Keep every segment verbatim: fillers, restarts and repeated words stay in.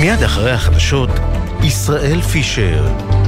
מיד אחרי החדשות, ישראל פישר.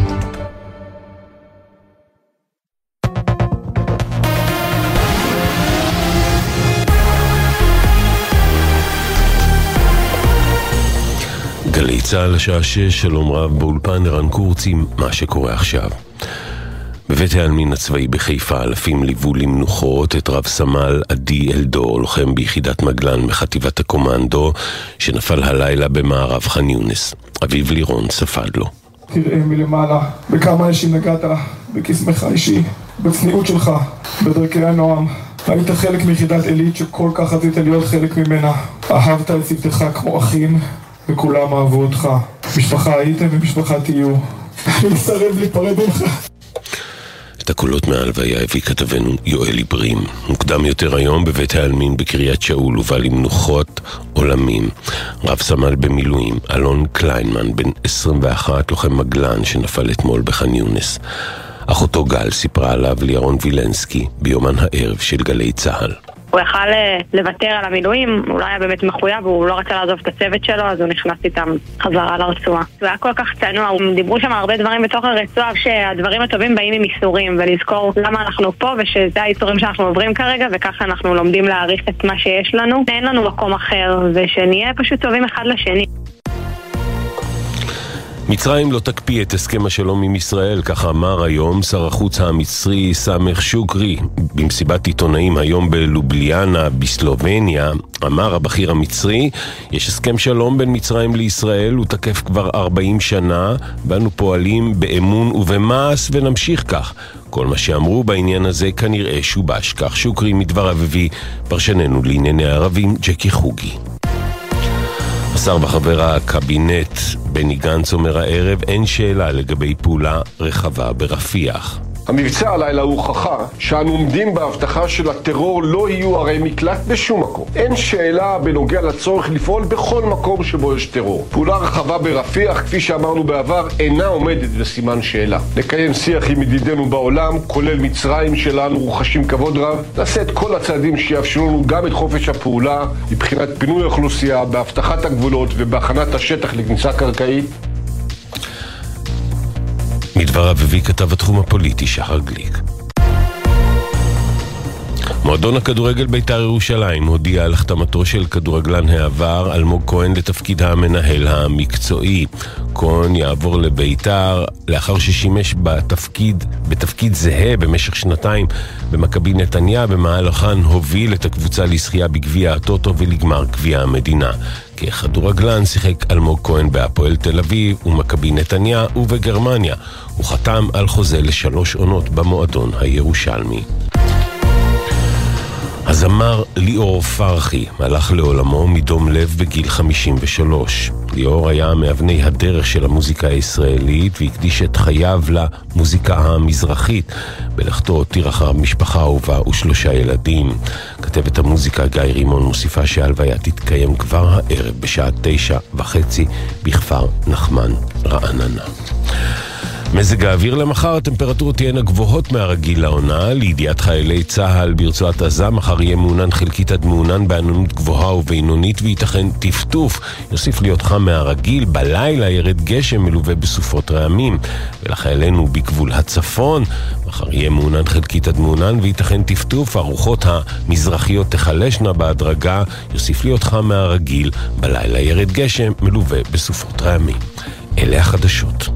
גלי צהל השעה שש, שלום רב באולפן ערן קורצי, מה שקורה עכשיו. בבית העלמין הצבאי בחיפה אלפים ליוו למנוחות את רב סמל עדי אלדור, לוחם ביחידת מגלן בחטיבת הקומנדו, שנפל הלילה במערב ח'אן יונס. אביו לירון ספד לו. תראה מלמעלה, בכמה אנשים נגעת, בקסמך אישי, בצניעות שלך, בדרכי הנועם. היית חלק מיחידת עילית שכל כך רצית להיות חלק ממנה. אהבת את צוותך כמו אחים, וכולם אהבו אותך. משפחה הייתם ומשפחה תהיו. אני מסרב להיפרד ממך. את הקולות מההלוויה הביא כתבנו יואל איברים. מוקדם יותר היום בבית העלמין בקריית שאול הובא למנוחות עולמים רב סמל במילואים אלון קליינמן, בן עשרים ואחת, לוחם מגלן שנפל אתמול בח'אן יונס. אחותו גל סיפרה עליו לירון וילנסקי ביומן הערב של גלי צהל. הוא יכל לוותר על המילואים, אולי היה באמת מחויב, הוא לא רצה לעזוב את הצוות שלו, אז הוא נכנס איתם חזרה לרצועה. הוא היה כל כך צנוע, הם דיברו שם הרבה דברים בתוך הרצועה, שהדברים הטובים באים עם איסורים, ולזכור למה אנחנו פה, ושזה האיסורים שאנחנו עוברים כרגע, וככה אנחנו לומדים להעריך את מה שיש לנו. אין לנו מקום אחר, ושנהיה פשוט טובים אחד לשני. מצרים לא תקפיא את הסכם השלום עם ישראל, ככה אמר היום שר החוץ המצרי סמח שוקרי. במסיבת עיתונאים היום בלובליאנה בסלובניה אמר הבכיר המצרי, יש הסכם שלום בין מצרים לישראל, הוא תקף כבר ארבעים שנה, ואנו פועלים באמון ובמעש ונמשיך כך. כל מה שאמרו בעניין הזה כנראה שובש. כך שוקרי מדבר אביבי, פרשננו לענייני ערבים ג'קי חוגי. השר וחבר הקבינט בני גנץ אומר הערב, אין שאלה לגבי פעולה רחבה ברפיח. המבצע הלילה הוא הוכחה שאנו עומדים בהבטחה של הטרור לא יהיו ערי מקלט בשום מקום. אין שאלה בנוגע לצורך לפעול בכל מקום שבו יש טרור. פעולה רחבה ברפיח, כפי שאמרנו בעבר, אינה עומדת בסימן שאלה. לקיים שיח עם ידידינו בעולם, כולל מצרים שלנו רוחשים כבוד רב, נעשה את כל הצעדים שיאפשרו לנו גם את חופש הפעולה, מבחינת פינוי האוכלוסייה, בהבטחת הגבולות ובהכנת השטח לכניסה קרקעית. מדבר אביבי כתב התחום הפוליטי שחר גליק. מועדון הכדורגל בית"ר ירושלים הודיע על החתמתו של כדורגלן העבר אלמוג כהן לתפקיד המנהל המקצועי. כהן יעבור לבית"ר לאחר ששימש בתפקיד, בתפקיד זהה במשך שנתיים במכבי נתניה, במהלכן הוביל את הקבוצה לזכייה בגביע הטוטו ולגמר גביע המדינה. ככדורגלן שיחק אלמוג כהן בהפועל תל אביב ומכבי נתניה ובגרמניה. הוא חתם על חוזה לשלוש עונות במועדון הירושלמי. הזמר ליאור פרחי הלך לעולמו מדום לב בגיל חמישים ושלוש. ליאור היה מאבני הדרך של המוזיקה הישראלית והקדיש את חייו למוזיקה המזרחית. בלכתו הותיר אחריו משפחה אהובה ושלושה ילדים. כתבת המוזיקה גיא רימון מוסיפה שההלוויה תתקיים כבר הערב בשעה תשע וחצי בכפר נחמן רעננה. מזג האוויר למחר, הטמפרטורות תהיינה גבוהות מהרגיל לעונה. לידיעת חיילי צהל ברצועת עזה, מחר יהיה מעונן חלקית עד מעונן בעננות גבוהה ובינונית ויתכן טפטוף. יוסיף להיות חם מהרגיל, בלילה ירד גשם מלווה בסופות רעמים. ולחיילינו בגבול הצפון, מחר יהיה מעונן חלקית עד מעונן ויתכן טפטוף. הרוחות המזרחיות תחלשנה בהדרגה, יוסיף להיות חם מהרגיל, בלילה ירד גשם מלווה בסופות רעמים. אלה החדשות.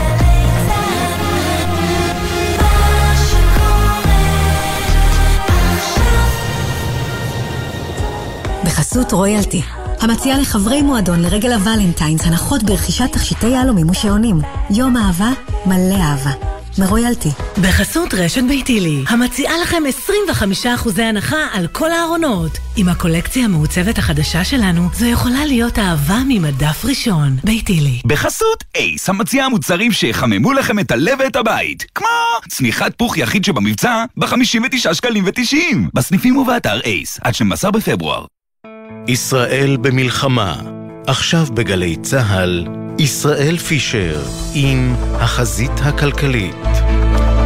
בחסות רויאלטי, המציעה לחברי מועדון לרגל הוולנטיינס הנחות ברכישת תכשיטי יהלומים ושעונים. יום אהבה מלא אהבה. מרויאלטי. בחסות רשת ביתילי, המציעה לכם עשרים וחמישה אחוזי הנחה על כל הארונות. עם הקולקציה המעוצבת החדשה שלנו, זו יכולה להיות אהבה ממדף ראשון. ביתילי. בחסות אייס, המציעה מוצרים שיחממו לכם את הלב ואת הבית. כמו צמיחת פוך יחיד שבמבצע ב-חמישים ותשעה שקלים ותשעים. בסניפים ובאתר אייס, עד שנים עשר בפברואר. ישראל במלחמה. עכשיו בגלי צהל, ישראל פישר עם החזית הכלכלית.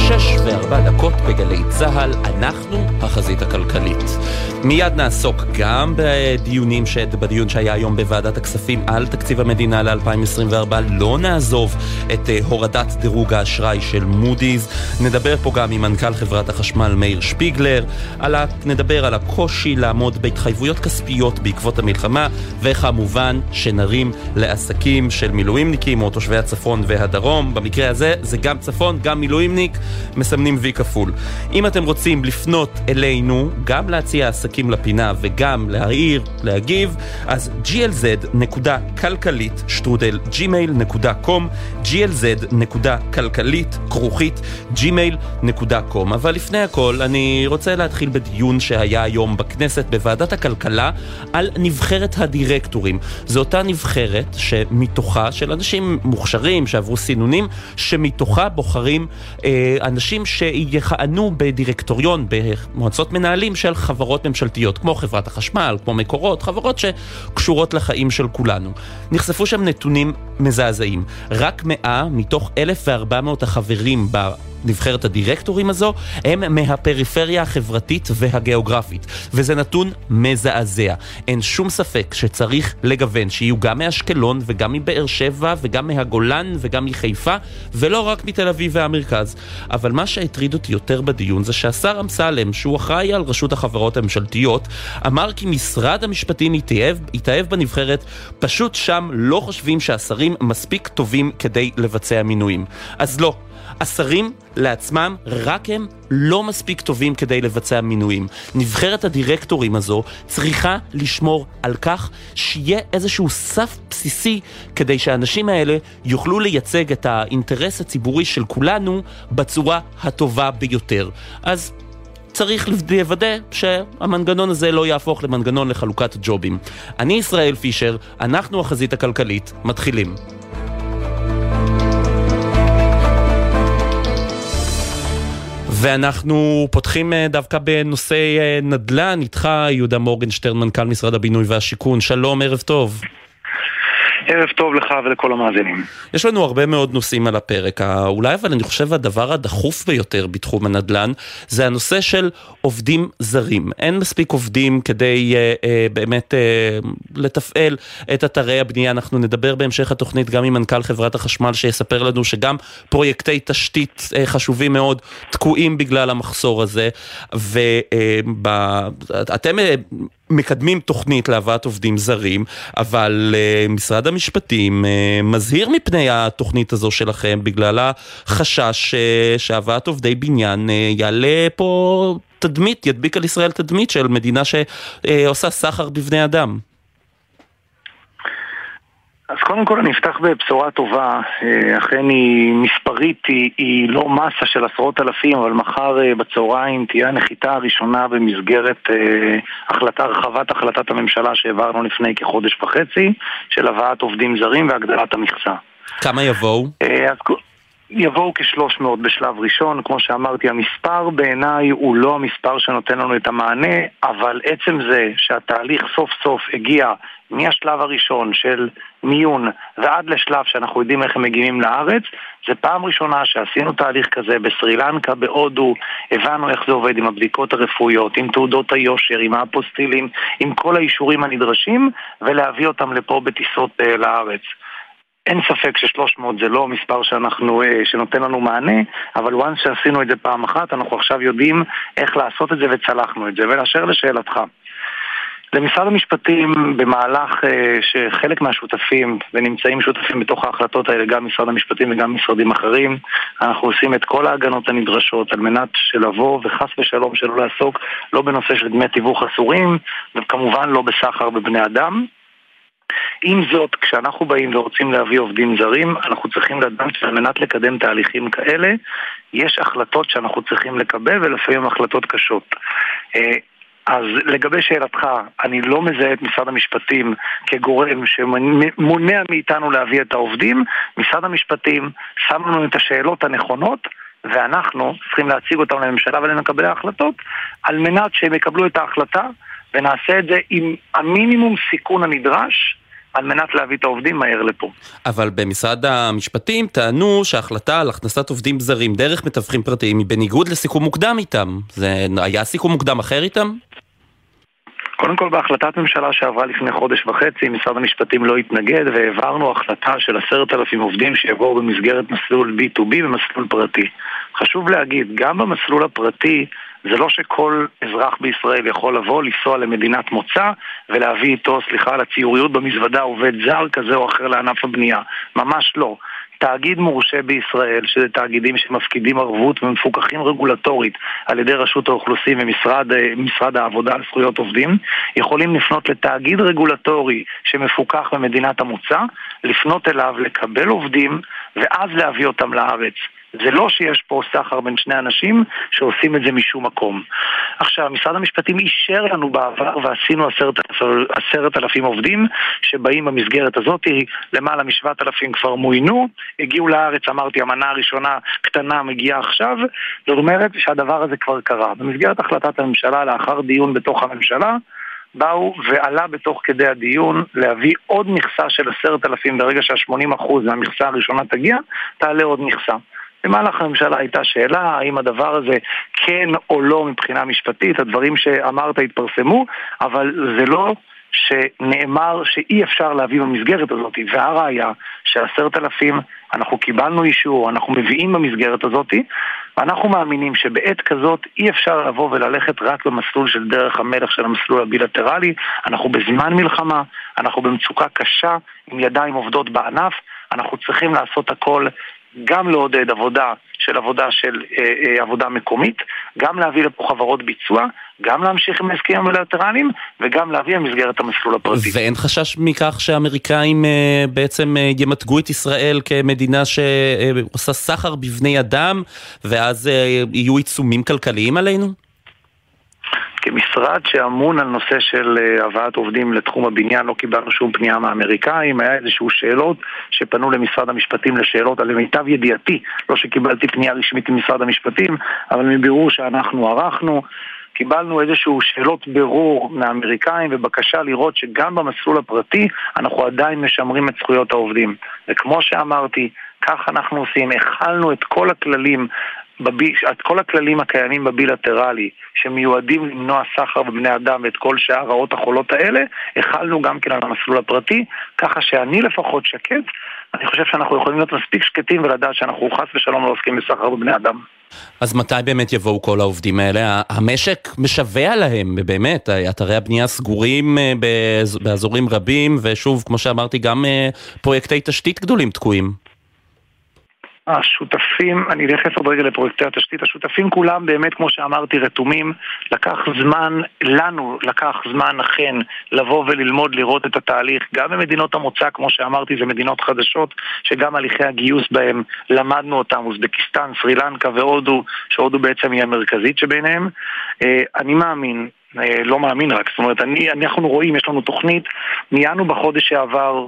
שש וארבע דקות בגלי צהל, אנחנו החזית הכלכלית. מיד נעסוק גם בדיונים, בדיון שהיה היום בוועדת הכספים על תקציב המדינה ל-אלפיים עשרים וארבע. לא נעזוב את הורדת דירוג האשראי של מודי'ס. נדבר פה גם עם מנכ"ל חברת החשמל מאיר שפיגלר. על ה... נדבר על הקושי לעמוד בהתחייבויות כספיות בעקבות המלחמה, וכמובן שנרים לעסקים של מילואימניקים או תושבי הצפון והדרום. במקרה הזה זה גם צפון, גם מילואימניק, מסמנים וי כפול. אם אתם רוצים לפנות אלינו, גם להציע עסקים לפינה וגם להעיר, להגיב, אז ג'י אל זד נקודה כלכלית שטרודל ג'ימייל נקודה קום, ג'י אל זד נקודה כלכלית כרוכית ג'ימייל נקודה קום. אבל לפני הכל אני רוצה להתחיל בדיון שהיה היום בכנסת בוועדת הכלכלה על נבחרת הדירקטורים. זו אותה נבחרת שמתוכה, של אנשים מוכשרים שעברו סינונים, שמתוכה בוחרים אה, אנשים שיכהנו בדירקטוריון, במועצות מנהלים של חברות ממשלתיות, כמו חברת החשמל, כמו מקורות, חברות שקשורות לחיים של כולנו. נחשפו שם נתונים מזעזעים. רק מאה מתוך אלף וארבע מאות החברים בנבחרת הדירקטורים הזו הם מהפריפריה החברתית והגיאוגרפית, וזה נתון מזעזע. אין שום ספק שצריך לגוון, שיהיו גם מאשקלון וגם מבאר שבע וגם מהגולן וגם מחיפה, ולא רק מתל אביב והמרכז. אבל מה שהטריד אותי יותר בדיון זה שהשר אמסלם, שהוא אחראי על רשות החברות הממשלתיות, אמר כי משרד המשפטים יתאהב, יתאהב בנבחרת, פשוט שם לא חושבים שהשרים מספיק טובים כדי לבצע מינויים. אז לא, השרים לעצמם רק הם לא מספיק טובים כדי לבצע מינויים. נבחרת הדירקטורים הזו צריכה לשמור על כך שיהיה איזשהו סף בסיסי כדי שהאנשים האלה יוכלו לייצג את האינטרס הציבורי של כולנו בצורה הטובה ביותר. אז צריך לוודא שהמנגנון הזה לא יהפוך למנגנון לחלוקת ג'ובים. אני ישראל פישר, אנחנו החזית הכלכלית, מתחילים. ואנחנו פותחים דווקא בנושא נדל"ן, איתך יהודה מורגנשטרן, מנכ"ל משרד הבינוי והשיכון. שלום, ערב טוב. ערב טוב לך ולכל המאזינים. יש לנו הרבה מאוד נושאים על הפרק. אולי אבל אני חושב הדבר הדחוף ביותר בתחום הנדל"ן זה הנושא של עובדים זרים. אין מספיק עובדים כדי אה, אה, באמת אה, לתפעל את אתרי הבנייה. אנחנו נדבר בהמשך התוכנית גם עם מנכ"ל חברת החשמל שיספר לנו שגם פרויקטי תשתית אה, חשובים מאוד תקועים בגלל המחסור הזה. ואתם אה, מקדמים תוכנית להבאת עובדים זרים, אבל uh, משרד המשפטים uh, מזהיר מפני התוכנית הזו שלכם בגלל החשש uh, שהבאת עובדי בניין uh, יעלה פה תדמית, ידביק על ישראל תדמית של מדינה שעושה סחר בבני אדם. אז קודם כל אני אפתח בבשורה טובה. אכן היא מספרית, היא, היא לא מסה של עשרות אלפים, אבל מחר בצהריים תהיה הנחיתה הראשונה במסגרת אה, החלטה, הרחבת החלטת הממשלה שהעברנו לפני כחודש וחצי, של הבאת עובדים זרים והגדלת המכסה. כמה יבואו? אה, אז יבואו כ-שלוש מאות בשלב ראשון. כמו שאמרתי, המספר בעיניי הוא לא המספר שנותן לנו את המענה, אבל עצם זה שהתהליך סוף סוף הגיע מהשלב הראשון של מיון ועד לשלב שאנחנו יודעים איך הם מגיעים לארץ, זה פעם ראשונה שעשינו תהליך כזה בסרילנקה, בהודו, הבנו איך זה עובד עם הבדיקות הרפואיות, עם תעודות היושר, עם האפוסטילים, עם כל האישורים הנדרשים, ולהביא אותם לפה בטיסות לארץ. אין ספק ש-שלוש מאות זה לא מספר שאנחנו, שנותן לנו מענה, אבל once שעשינו את זה פעם אחת, אנחנו עכשיו יודעים איך לעשות את זה וצלחנו את זה. ולאשר לשאלתך, למשרד המשפטים במהלך שחלק מהשותפים ונמצאים שותפים בתוך ההחלטות האלה, גם משרד המשפטים וגם משרדים אחרים, אנחנו עושים את כל ההגנות הנדרשות על מנת שלבוא וחס ושלום שלא לעסוק לא בנושא של דמי תיווך אסורים, וכמובן לא בסחר בבני אדם. עם זאת, כשאנחנו באים ורוצים להביא עובדים זרים, אנחנו צריכים לדעת שעל מנת לקדם תהליכים כאלה, יש החלטות שאנחנו צריכים לקבל, ולפעמים החלטות קשות. אז לגבי שאלתך, אני לא מזהה את משרד המשפטים כגורם שמונע מאיתנו להביא את העובדים. משרד המשפטים שם לנו את השאלות הנכונות, ואנחנו צריכים להציג אותם לממשלה ולנקבל ההחלטות, על מנת שהם יקבלו את ההחלטה, ונעשה את זה עם המינימום סיכון הנדרש, על מנת להביא את העובדים מהר לפה. אבל במשרד המשפטים טענו שההחלטה על הכנסת עובדים זרים דרך מתווכים פרטיים היא בניגוד לסיכום מוקדם איתם. זה היה סיכום מוקדם אחר איתם? קודם כל, בהחלטת ממשלה שעברה לפני חודש וחצי, משרד המשפטים לא התנגד, והעברנו החלטה של עשרת אלפים עובדים שיבואו במסגרת מסלול בי טו בי ומסלול פרטי. חשוב להגיד, גם במסלול הפרטי, זה לא שכל אזרח בישראל יכול לבוא, לנסוע למדינת מוצא, ולהביא איתו, סליחה, לציוריות במזוודה עובד זר כזה או אחר לענף הבנייה. ממש לא. תאגיד מורשה בישראל, שזה תאגידים שמפקידים ערבות ומפוקחים רגולטורית על ידי רשות האוכלוסין ומשרד משרד העבודה על זכויות עובדים, יכולים לפנות לתאגיד רגולטורי שמפוקח במדינת המוצא, לפנות אליו, לקבל עובדים ואז להביא אותם לארץ. זה לא שיש פה סחר בין שני אנשים שעושים את זה משום מקום. עכשיו, משרד המשפטים אישר לנו בעבר ועשינו עשרת, עשרת אלפים עובדים שבאים במסגרת הזאת, למעלה משבעת אלפים כבר מוינו, הגיעו לארץ, אמרתי, המנה הראשונה קטנה מגיעה עכשיו, זאת אומרת שהדבר הזה כבר קרה. במסגרת החלטת הממשלה, לאחר דיון בתוך הממשלה, באו ועלה בתוך כדי הדיון להביא עוד מכסה של עשרת אלפים, ברגע שה-שמונים אחוז מהמכסה הראשונה תגיע, תעלה עוד מכסה. במהלך הממשלה הייתה שאלה, האם הדבר הזה כן או לא מבחינה משפטית, הדברים שאמרת התפרסמו, אבל זה לא שנאמר שאי אפשר להביא במסגרת הזאת, והראיה שעשרת אלפים אנחנו קיבלנו אישור, אנחנו מביאים במסגרת הזאת, ואנחנו מאמינים שבעת כזאת אי אפשר לבוא וללכת רק במסלול של דרך המלך של המסלול הבילטרלי, אנחנו בזמן מלחמה, אנחנו במצוקה קשה, עם ידיים עובדות בענף, אנחנו צריכים לעשות הכל, גם לעודד עבודה של עבודה של אה, אה, עבודה מקומית, גם להביא לפה חברות ביצוע, גם להמשיך עם הסכמים בילטרליים, וגם להביא במסגרת המסלול הפרטי. ואין חשש מכך שהאמריקאים אה, בעצם אה, ימתגו את ישראל כמדינה שעושה סחר בבני אדם, ואז אה, יהיו עיצומים כלכליים עלינו? כמשרד שאמון על נושא של הבאת עובדים לתחום הבניין, לא קיבלנו שום פנייה מהאמריקאים, היה איזשהו שאלות שפנו למשרד המשפטים לשאלות, על מיטב ידיעתי, לא שקיבלתי פנייה רשמית ממשרד המשפטים, אבל מבירור שאנחנו ערכנו, קיבלנו איזשהו שאלות ברור מהאמריקאים ובקשה לראות שגם במסלול הפרטי אנחנו עדיין משמרים את זכויות העובדים. וכמו שאמרתי, כך אנחנו עושים, החלנו את כל הכללים את כל הכללים הקיימים בבילטרלי שמיועדים למנוע סחר בבני אדם ואת כל שאר הרעות החולות האלה, החלנו גם כן על המסלול הפרטי, ככה שאני לפחות שקט, אני חושב שאנחנו יכולים להיות מספיק שקטים ולדעת שאנחנו חס ושלום לא עוסקים בסחר בבני אדם. אז מתי באמת יבואו כל העובדים האלה? המשק משווה להם, באמת, אתרי הבנייה סגורים באזורים רבים, ושוב, כמו שאמרתי, גם פרויקטי תשתית גדולים תקועים. השותפים, אני אלך עוד רגע לפרויקטי התשתית, השותפים כולם באמת כמו שאמרתי רתומים, לקח זמן, לנו לקח זמן אכן לבוא וללמוד לראות את התהליך, גם במדינות המוצא כמו שאמרתי זה מדינות חדשות, שגם הליכי הגיוס בהם למדנו אותם, אוזבקיסטן, סרי לנקה והודו, שהודו בעצם היא המרכזית שביניהם. אני מאמין, לא מאמין רק, זאת אומרת, אני, אנחנו רואים, יש לנו תוכנית, ניינו בחודש שעבר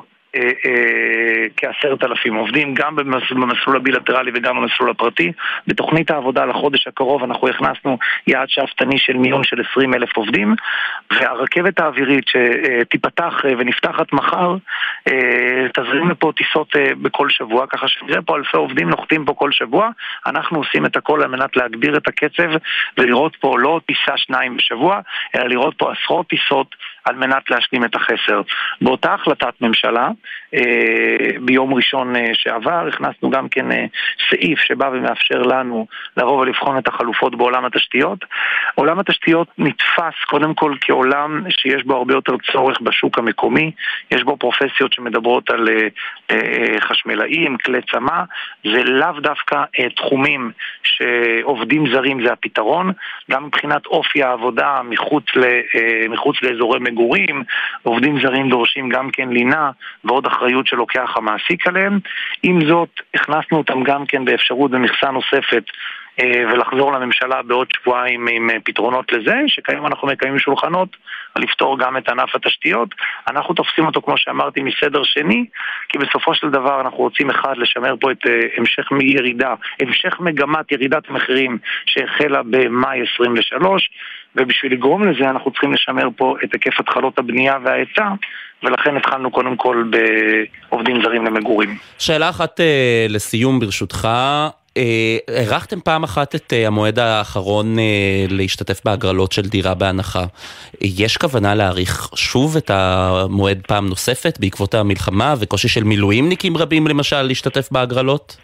כעשרת אלפים עובדים, גם במסלול הבילטרלי וגם במסלול הפרטי. בתוכנית העבודה לחודש הקרוב אנחנו הכנסנו יעד שאפתני של מיליון של עשרים אלף עובדים, והרכבת האווירית שתיפתח ונפתחת מחר תזרים לפה טיסות בכל שבוע, ככה שנראה פה אלפי עובדים נוחתים פה כל שבוע. אנחנו עושים את הכל על מנת להגביר את הקצב ולראות פה לא טיסה שניים בשבוע, אלא לראות פה עשרות טיסות על מנת להשלים את החסר. באותה החלטת ממשלה, ביום ראשון שעבר, הכנסנו גם כן סעיף שבא ומאפשר לנו לרוב ולבחון את החלופות בעולם התשתיות. עולם התשתיות נתפס קודם כל כעולם שיש בו הרבה יותר צורך בשוק המקומי, יש בו פרופסיות שמדברות על חשמלאים, כלי צמא, זה לאו דווקא תחומים שעובדים זרים זה הפתרון, גם מבחינת אופי העבודה מחוץ, מחוץ לאזורי מגורים, עובדים זרים דורשים גם כן לינה ועוד אחריות שלוקח המעסיק עליהם. עם זאת, הכנסנו אותם גם כן באפשרות במכסה נוספת ולחזור לממשלה בעוד שבועיים עם פתרונות לזה, שכיום אנחנו מקיימים שולחנות לפתור גם את ענף התשתיות. אנחנו תופסים אותו, כמו שאמרתי, מסדר שני, כי בסופו של דבר אנחנו רוצים אחד לשמר פה את המשך ירידה, המשך מגמת ירידת המחירים שהחלה במאי עשרים ושלוש, ובשביל לגרום לזה אנחנו צריכים לשמר פה את היקף התחלות הבנייה וההיצע, ולכן התחלנו קודם כל בעובדים זרים למגורים. שאלה אחת לסיום ברשותך, ערכתם פעם אחת את המועד האחרון להשתתף בהגרלות של דירה בהנחה. יש כוונה להאריך שוב את המועד פעם נוספת בעקבות המלחמה וקושי של מילואימניקים רבים למשל להשתתף בהגרלות?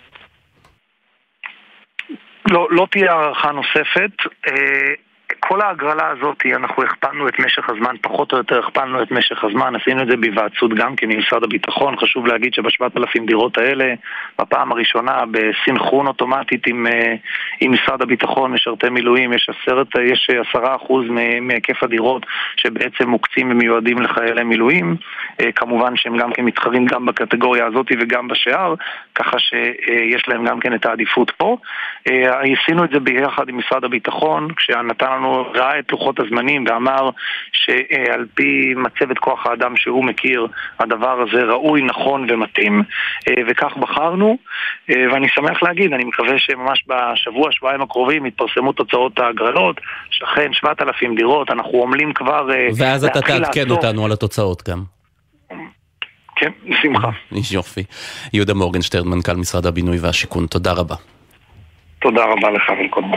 לא, לא תהיה הערכה נוספת. כל ההגרלה הזאת, אנחנו הכפלנו את משך הזמן, פחות או יותר הכפלנו את משך הזמן, עשינו את זה בהיוועצות גם כן ממשרד הביטחון. חשוב להגיד שבשבעת אלפים דירות האלה, בפעם הראשונה, בסינכרון אוטומטית עם, עם משרד הביטחון, משרתי מילואים, יש עשרת, יש עשרה אחוז מהיקף הדירות שבעצם מוקצים ומיועדים לחיילי מילואים, כמובן שהם גם כן מתחרים גם בקטגוריה הזאת וגם בשאר, ככה שיש להם גם כן את העדיפות פה. עשינו את זה ביחד עם משרד הביטחון, כשנתן לנו ראה את לוחות הזמנים ואמר שעל פי מצבת כוח האדם שהוא מכיר, הדבר הזה ראוי, נכון ומתאים, וכך בחרנו. ואני שמח להגיד, אני מקווה שממש בשבוע, שבועיים הקרובים יתפרסמו תוצאות ההגרלות, שכן שבעת אלפים דירות, אנחנו עומלים כבר... ואז אתה תעדכן אותנו על התוצאות גם. כן, שמחה. יופי. יהודה מורגנשטרן, מנכ"ל משרד הבינוי והשיכון, תודה רבה. תודה רבה לך ולקודמו.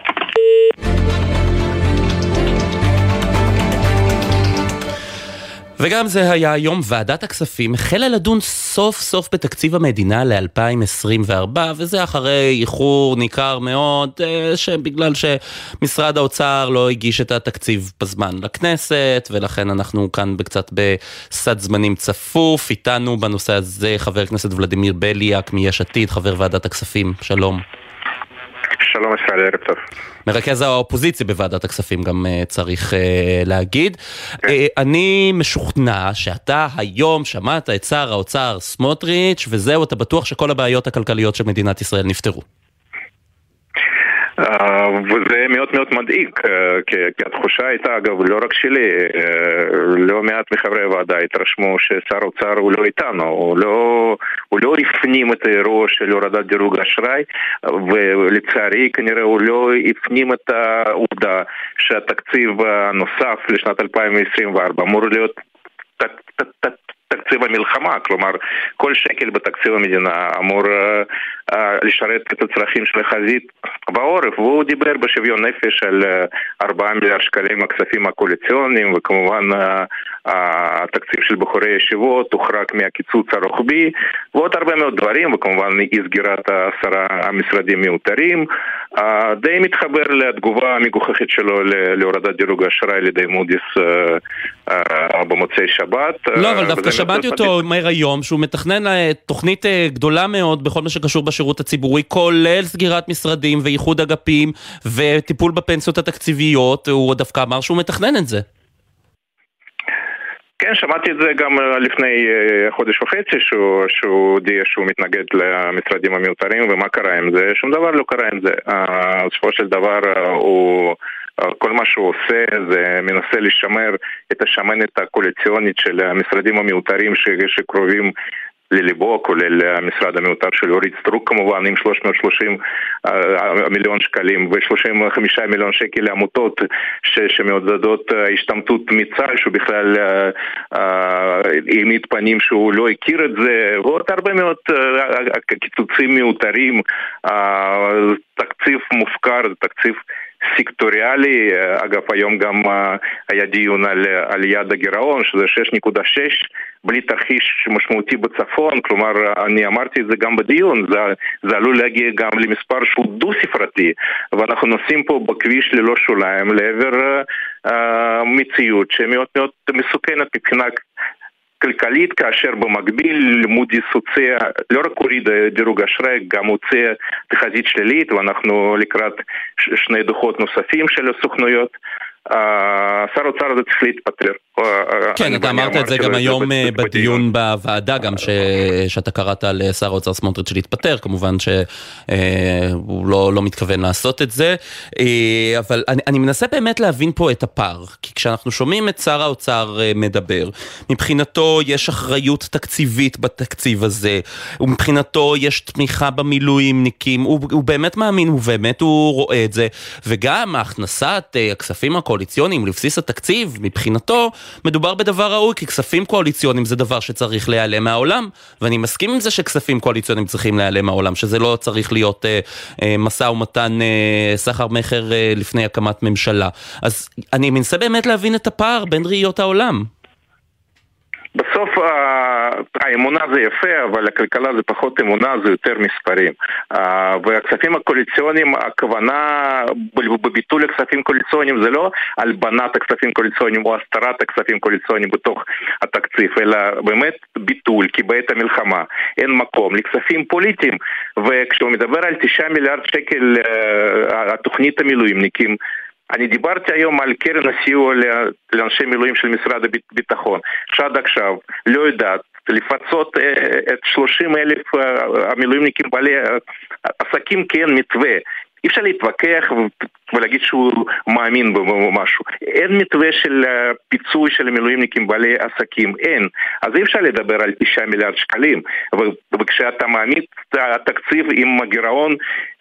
וגם זה היה היום. ועדת הכספים החלה לדון סוף סוף בתקציב המדינה ל-אלפיים עשרים וארבע, וזה אחרי איחור ניכר מאוד, שבגלל שמשרד האוצר לא הגיש את התקציב בזמן לכנסת, ולכן אנחנו כאן בקצת בסד זמנים צפוף. איתנו בנושא הזה חבר הכנסת ולדימיר בליאק מיש עתיד, חבר ועדת הכספים. שלום. שלום ישראל, ערב טוב. מרכז האופוזיציה בוועדת הכספים גם צריך להגיד. אני משוכנע שאתה היום שמעת את שר האוצר סמוטריץ' וזהו, אתה בטוח שכל הבעיות הכלכליות של מדינת ישראל נפתרו. וזה מאוד מאוד מדאיג, כי התחושה הייתה, אגב, לא רק שלי, לא מעט מחברי הוועדה התרשמו ששר האוצר הוא לא איתנו, הוא לא, הוא לא הפנים את האירוע של הורדת דירוג אשראי, ולצערי כנראה הוא לא הפנים את העובדה שהתקציב הנוסף לשנת אלפיים עשרים וארבע אמור להיות תקציב המלחמה, כלומר כל שקל בתקציב המדינה אמור uh, uh, לשרת את הצרכים של החזית בעורף, והוא דיבר בשוויון נפש על uh, ארבעה מיליארד שקלים הכספים הקואליציוניים, וכמובן uh, התקציב של בחורי ישיבות הוחרג מהקיצוץ הרוחבי ועוד הרבה מאוד דברים, וכמובן אי סגירת עשרה המשרדים מיותרים. uh, די מתחבר לתגובה המגוחכת שלו להורדת דירוג האשראי על ידי מודי'ס uh, uh, במוצאי שבת. לא, אבל דווקא שמעתי אותו אומר היום שהוא מתכנן תוכנית גדולה מאוד בכל מה שקשור בשירות הציבורי, כולל סגירת משרדים ואיחוד אגפים וטיפול בפנסיות התקציביות. הוא דווקא אמר שהוא מתכנן את זה. כן, שמעתי את זה גם לפני חודש וחצי, שהוא, שהוא הודיע שהוא מתנגד למשרדים המיותרים, ומה קרה עם זה? שום דבר לא קרה עם זה. בסופו של דבר הוא... כל מה שהוא עושה זה מנסה לשמר את השמנת הקואליציונית של המשרדים המיותרים שקרובים לליבו, כולל המשרד המיותר של אורית סטרוק כמובן, עם שלוש מאות ושלושים מיליון שקלים ו-שלושים וחמישה מיליון שקל לעמותות שמעודדות השתמטות מצה"ל, שהוא בכלל העמיד פנים שהוא לא הכיר את זה, ועוד הרבה מאוד קיצוצים מיותרים. תקציב מופקר, תקציב סקטוריאלי. אגב, היום גם היה דיון על, על יעד הגירעון, שזה שש נקודה שש, בלי תרחיש משמעותי בצפון. כלומר, אני אמרתי את זה גם בדיון, זה, זה עלול להגיע גם למספר שהוא דו-ספרתי, ואנחנו נוסעים פה בכביש ללא שוליים לעבר uh, מציאות שמאוד מאוד מסוכנת מבחינה כלכלית, כאשר במקביל מודי'ס הוציא, לא רק הוריד דירוג אשראי, גם הוציא תחזית שלילית, ואנחנו לקראת שני דוחות נוספים של הסוכנויות. שר האוצר הזה צריך להתפטר. כן, אתה אמרת את זה גם היום בדיון בוועדה, גם שאתה קראת לשר האוצר סמוטריץ' להתפטר, כמובן שהוא לא מתכוון לעשות את זה, אבל אני מנסה באמת להבין פה את הפער, כי כשאנחנו שומעים את שר האוצר מדבר, מבחינתו יש אחריות תקציבית בתקציב הזה, ומבחינתו יש תמיכה במילואימניקים, הוא באמת מאמין, הוא באמת הוא רואה את זה, וגם הכנסת הכספים הקואליציוניים לבסיס התקציב, מבחינתו, מדובר בדבר ראוי, כי כספים קואליציוניים זה דבר שצריך להיעלם מהעולם, ואני מסכים עם זה שכספים קואליציוניים צריכים להיעלם מהעולם, שזה לא צריך להיות אה, אה, מסע ומתן אה, סחר מחר אה, לפני הקמת ממשלה. אז אני מנסה באמת להבין את הפער בין ראיות העולם. בסוף האמונה זה יפה, אבל הכלכלה זה פחות אמונה, זה יותר מספרים. והכספים הקואליציוניים, הכוונה בביטול הכספים הקואליציוניים זה לא הלבנת הכספים הקואליציוניים או הסתרת הכספים הקואליציוניים בתוך התקציב, אלא באמת ביטול, כי בעת המלחמה אין מקום לכספים פוליטיים. וכשהוא מדבר על תשעה מיליארד שקל התוכנית המילואימניקים, אני דיברתי היום על קרן הסיוע לאנשי מילואים של משרד הביטחון, שעד עכשיו לא יודעת לפצות את שלושים אלף המילואימניקים בעלי עסקים, כי אין מתווה. אי אפשר להתווכח ולהגיד שהוא מאמין במשהו. אין מתווה של פיצוי של המילואימניקים בעלי עסקים, אין. אז אי אפשר לדבר על תשעה מיליארד שקלים. וכשאתה מעמיד התקציב עם הגירעון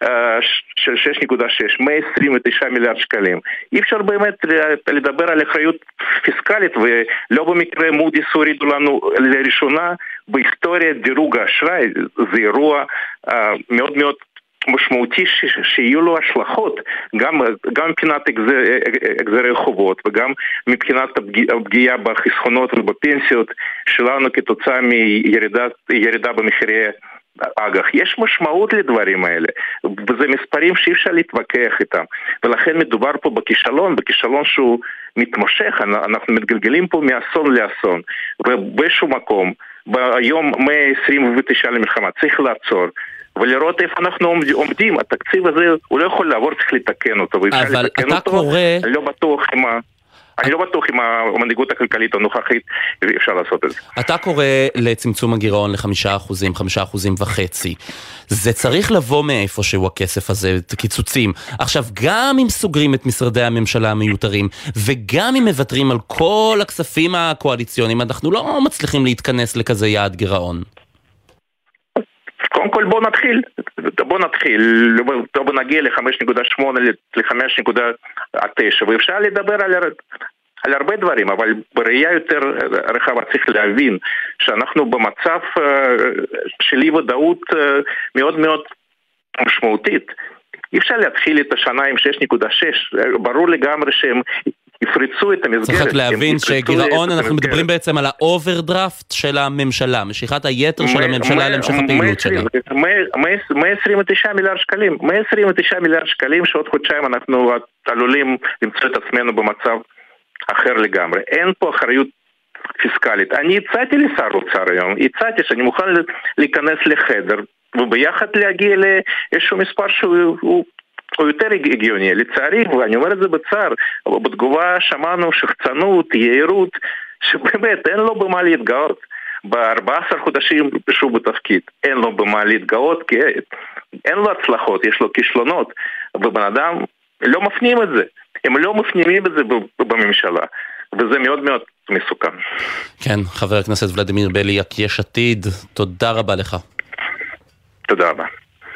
של שש נקודה שש, מאה עשרים ותשעה מיליארד שקלים, אי אפשר באמת לדבר על אחריות פיסקלית, ולא במקרה מודי'ס הורידו לנו לראשונה בהיסטוריה דירוג האשראי. זה אירוע מאוד מאוד משמעותי שיהיו לו השלכות גם, גם מבחינת החזרי חובות וגם מבחינת הפגיעה בחסכונות ובפנסיות שלנו כתוצאה מירידה במחירי אג"ח. יש משמעות לדברים האלה, וזה מספרים שאי אפשר להתווכח איתם, ולכן מדובר פה בכישלון, בכישלון שהוא מתמשך. אנחנו מתגלגלים פה מאסון לאסון, ובאיזשהו מקום ביום מאה עשרים ותשע למלחמה צריך לעצור ולראות איפה אנחנו עומדים. התקציב הזה הוא לא יכול לעבור, צריך לתקן אותו, ואפשר לתקן אותו. קורא... אני לא בטוח עם ה... אני לא בטוח עם המנהיגות הכלכלית הנוכחית אפשר לעשות את זה. אתה קורא לצמצום הגירעון לחמישה אחוזים, חמישה אחוזים וחצי. זה צריך לבוא מאיפה שהוא הכסף הזה, את הקיצוצים. עכשיו, גם אם סוגרים את משרדי הממשלה המיותרים, וגם אם מבטרים על כל הכספים הקואליציוניים, אנחנו לא מצליחים להתכנס לכזה יעד גירעון. קודם כל בוא נתחיל, בוא נתחיל, בוא נגיע ל-חמש נקודה שמונה, ל-חמש נקודה תשע, ואפשר לדבר על, על הרבה דברים, אבל בראייה יותר רחבה צריך להבין שאנחנו במצב של אי ודאות מאוד מאוד משמעותית. אי אפשר להתחיל את השנה עם שש נקודה שש, ברור לגמרי שהם יפרצו את המסגרת. צריך להבין שגירעון, אנחנו מדברים בעצם על האוברדרפט של הממשלה, משיכת היתר של הממשלה להמשך הפעילות שלה. מאה עשרים ותשעה מיליארד שקלים, מאה עשרים ותשעה מיליארד שקלים שעוד חודשיים אנחנו עלולים למצוא את עצמנו במצב אחר לגמרי. אין פה אחריות פיסקלית. אני הצעתי לשר האוצר היום, הצעתי שאני מוכן להיכנס לחדר וביחד להגיע לאיזשהו מספר שהוא הוא יותר הגיוני. לצערי, ואני אומר את זה בצער, אבל בתגובה שמענו שחצנות, יעירות, שבאמת אין לו במה להתגאות. ב-ארבעה עשר חודשים שהוא בתפקיד, אין לו במה להתגאות, כי אין לו הצלחות, יש לו כישלונות, ובן אדם לא מפנים את זה. הם לא מפנימים את זה בממשלה, וזה מאוד מאוד מסוכן. כן, חבר הכנסת ולדימיר בליאק, יש עתיד, תודה רבה לך. תודה רבה.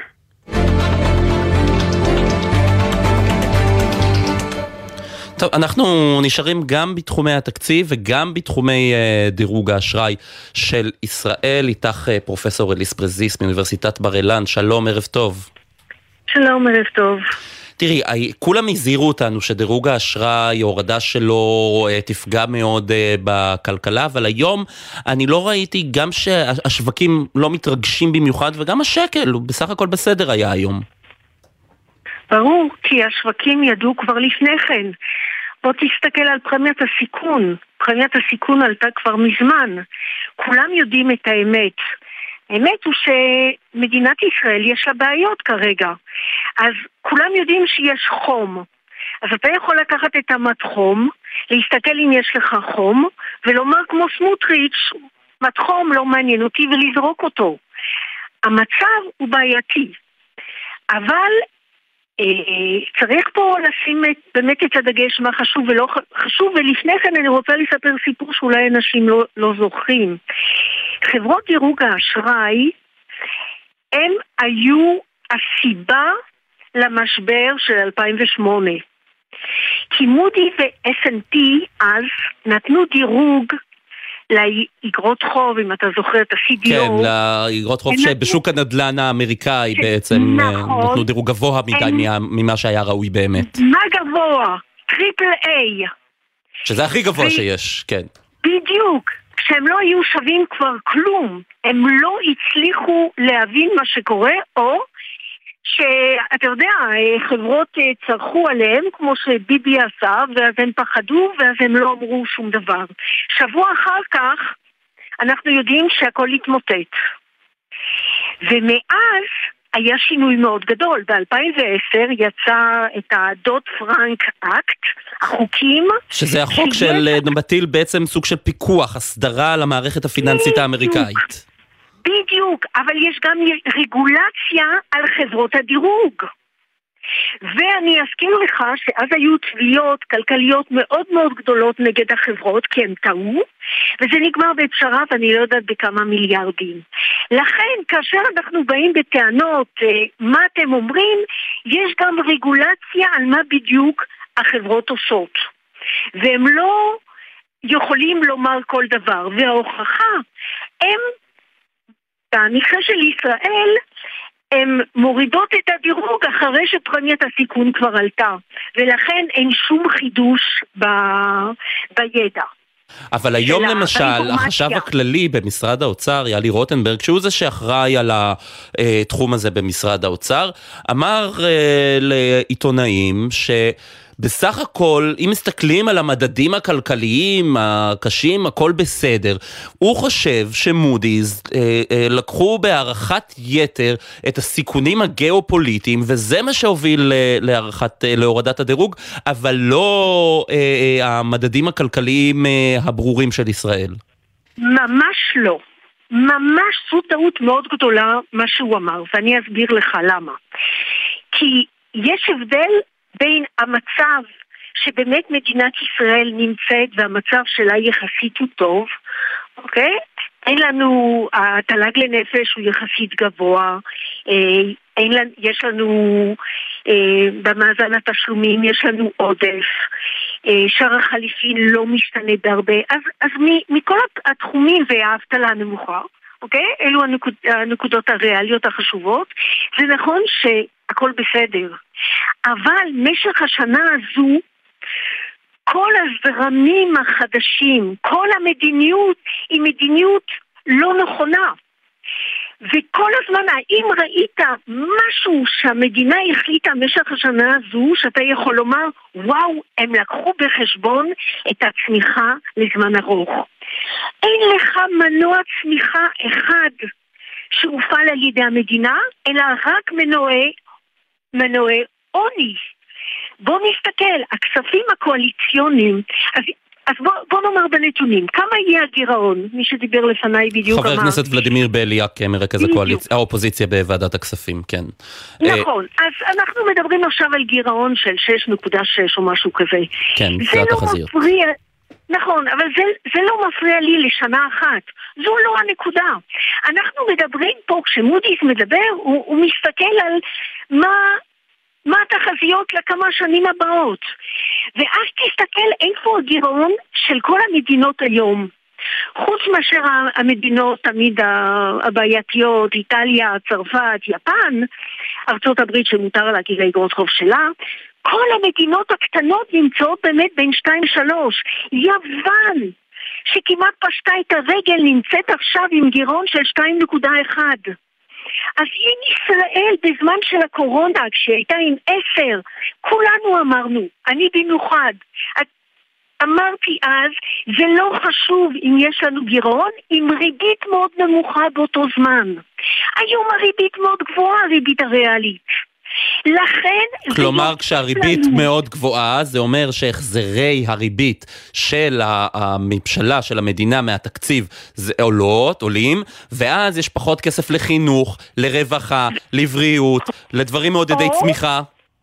טוב, אנחנו נשארים גם בתחומי התקציב וגם בתחומי uh, דירוג האשראי של ישראל. איתך uh, פרופסור אליס ברזיס מאוניברסיטת בר אילן. שלום, ערב טוב. שלום, ערב טוב. תראי, כולם הזהירו אותנו שדירוג האשראי, הורדה שלו תפגע מאוד בכלכלה, אבל היום אני לא ראיתי גם שהשווקים לא מתרגשים במיוחד, וגם השקל הוא בסך הכל בסדר היה היום. ברור, כי השווקים ידעו כבר לפני כן. בוא תסתכל על פרמיית הסיכון. פרמיית הסיכון עלתה כבר מזמן. כולם יודעים את האמת. האמת הוא שמדינת ישראל יש לה בעיות כרגע. אז כולם יודעים שיש חום. אז אתה יכול לקחת את המתחום, להסתכל אם יש לך חום, ולומר כמו סמוטריץ', מתחום לא מעניין אותי ולזרוק אותו. המצב הוא בעייתי, אבל אה, צריך פה לשים את, באמת את הדגש מה חשוב ולא חשוב, ולפני כן אני רוצה לספר סיפור שאולי אנשים לא, לא זוכרים. חברות דירוג האשראי, הם היו הסיבה למשבר של אלפיים ושמונה. כי מודי ו-אס אנד פי אז נתנו דירוג לאגרות חוב, אם אתה זוכר את ה-סי די או. כן, לאגרות חוב שבשוק הנדל"ן האמריקאי בעצם נתנו דירוג גבוה מדי ממה שהיה ראוי באמת. מה גבוה? טריפל איי. שזה הכי גבוה שיש, כן. בדיוק. כשהם לא היו שווים כבר כלום, הם לא הצליחו להבין מה שקורה, או שאתה יודע, חברות צרכו עליהם כמו שביבי עשה, ואז הם פחדו, ואז הם לא אמרו שום דבר. שבוע אחר כך אנחנו יודעים שהכל התמוטט. ומאז היה שינוי מאוד גדול. ב-אלפיים ועשר יצא את הדוט פרנק אקט, החוקים... שזה החוק של מטיל בעצם סוג של פיקוח, הסדרה על המערכת הפיננסית האמריקאית. בדיוק, אבל יש גם רגולציה על חברות הדירוג. ואני אזכיר לך שאז היו תביעות כלכליות מאוד מאוד גדולות נגד החברות, כי הם טעו, וזה נגמר בפשרה ואני לא יודעת בכמה מיליארדים. לכן, כאשר אנחנו באים בטענות, מה אתם אומרים, יש גם רגולציה על מה בדיוק החברות עושות. והם לא יכולים לומר כל דבר, וההוכחה, הם, במקרה של ישראל, הן מורידות את הדירוג אחרי שפרמיית הסיכון כבר עלתה, ולכן אין שום חידוש ב... בידע. אבל היום למשל, החשב הכללי במשרד האוצר, יאלי רוטנברג, שהוא זה שאחראי על התחום הזה במשרד האוצר, אמר לעיתונאים ש... בסך הכל, אם מסתכלים על המדדים הכלכליים הקשים, הכל בסדר. הוא חושב שמודי'ס אה, אה, לקחו בהערכת יתר את הסיכונים הגיאופוליטיים, וזה מה שהוביל להערכת, להורדת הדירוג, אבל לא אה, אה, המדדים הכלכליים אה, הברורים של ישראל. ממש לא. ממש זו טעות מאוד גדולה מה שהוא אמר, ואני אסביר לך למה. כי יש הבדל בין המצב שבאמת מדינת ישראל נמצאת והמצב שלה יחסית הוא טוב, אוקיי? אין לנו, התל"ג לנפש הוא יחסית גבוה, אין לנו, יש לנו, במאזן התשלומים יש לנו עודף, שער החליפין לא משתנה בהרבה, אז, אז מכל התחומים והאבטלה הנמוכה, אוקיי? אלו הנקוד, הנקודות הריאליות החשובות, זה נכון שהכל בסדר. אבל משך השנה הזו, כל הזרמים החדשים, כל המדיניות היא מדיניות לא נכונה. וכל הזמן, האם ראית משהו שהמדינה החליטה משך השנה הזו, שאתה יכול לומר, וואו, הם לקחו בחשבון את הצמיחה לזמן ארוך. אין לך מנוע צמיחה אחד שהופעל על ידי המדינה, אלא רק מנועי, מנועי עוני. בוא נסתכל, הכספים הקואליציוניים, אז, אז בוא, בוא נאמר בנתונים, כמה יהיה הגירעון? מי שדיבר לפניי בדיוק חבר אמר. חבר הכנסת ולדימיר בליאק, מרכז הקואליציה, האופוזיציה בוועדת הכספים, כן. נכון, אז אנחנו מדברים עכשיו על גירעון של שש נקודה שש או משהו כזה. כן, זה התחזיות. לא מפריע, נכון, אבל זה, זה לא מפריע לי לשנה אחת. זו לא הנקודה. אנחנו מדברים פה, כשמודי'ס מדבר, הוא, הוא מסתכל על מה... מה התחזיות לכמה שנים הבאות. ואז תסתכל איפה הגירעון של כל המדינות היום. חוץ מאשר המדינות תמיד הבעייתיות, איטליה, צרפת, יפן, ארצות הברית שמותר להגיד לאגרות חוב שלה, כל המדינות הקטנות נמצאות באמת בין שתיים שלוש. יוון, שכמעט פשטה את הרגל, נמצאת עכשיו עם גירעון של שתיים נקודה אחת. אז אם ישראל בזמן של הקורונה, כשהייתה עם עשר, כולנו אמרנו, אני במיוחד, אמרתי אז, זה לא חשוב אם יש לנו גירעון, עם ריבית מאוד נמוכה באותו זמן. היום הריבית מאוד גבוהה, הריבית הריאלית. לכן... כלומר, כשהריבית מאוד גבוהה, זה אומר שהחזרי הריבית של הממשלה, של המדינה מהתקציב, זה עולות, עולים, ואז יש פחות כסף לחינוך, לרווחה, לבריאות, לדברים מעודדי צמיחה.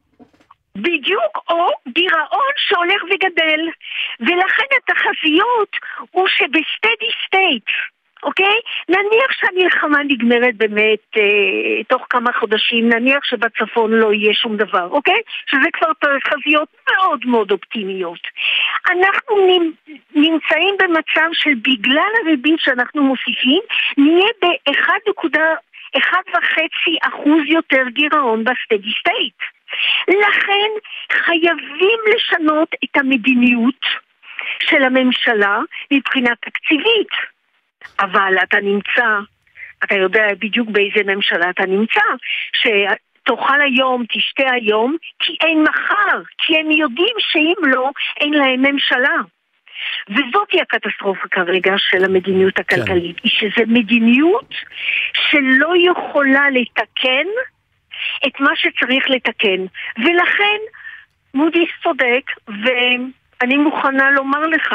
בדיוק, או גירעון שהולך וגדל. ולכן התחזיות הוא שבסטדי סטייט, אוקיי? נניח שהמלחמה נגמרת באמת אה, תוך כמה חודשים, נניח שבצפון לא יהיה שום דבר, אוקיי? שזה כבר תחזיות מאוד מאוד אופטימיות. אנחנו נמצאים במצב של בגלל הריבית שאנחנו מוסיפים, נהיה ב-אחד נקודה וחמש אחוז יותר גירעון בסטדי סטייט. לכן חייבים לשנות את המדיניות של הממשלה מבחינה תקציבית. אבל אתה נמצא, אתה יודע בדיוק באיזה ממשלה אתה נמצא, שתאכל היום, תשתה היום, כי אין מחר, כי הם יודעים שאם לא, אין להם ממשלה. וזאת היא הקטסטרופה כרגע של המדיניות הכלכלית, כן. שזה מדיניות שלא יכולה לתקן את מה שצריך לתקן. ולכן מודי'ס צודק, ואני מוכנה לומר לך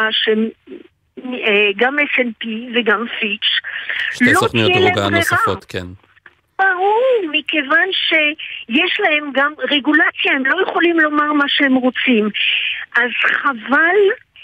שגם אס אנד פי וגם פיץ' שתי סוכניות דירוג הנוספות, כן. ברור, מכיוון שיש להם גם רגולציה, הם לא יכולים לומר מה שהם רוצים. אז חבל...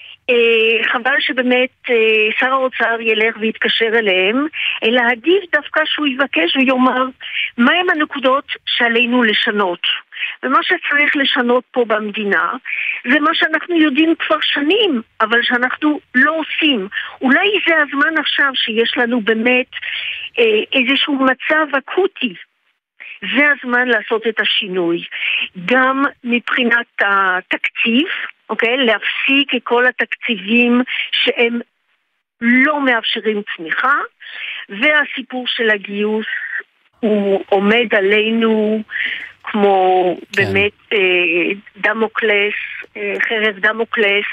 חבל שבאמת שר האוצר ילך ויתקשר אליהם, אלא עדיף דווקא שהוא יבקש ויאמר מהם הנקודות שעלינו לשנות. ומה שצריך לשנות פה במדינה זה מה שאנחנו יודעים כבר שנים, אבל שאנחנו לא עושים. אולי זה הזמן עכשיו שיש לנו באמת איזשהו מצב אקוטי. זה הזמן לעשות את השינוי. גם מבחינת התקציב, אוקיי? להפסיק את כל התקציבים שהם לא מאפשרים צמיחה, והסיפור של הגיוס הוא עומד עלינו כמו כן. באמת דמוקלס, חרב דמוקלס,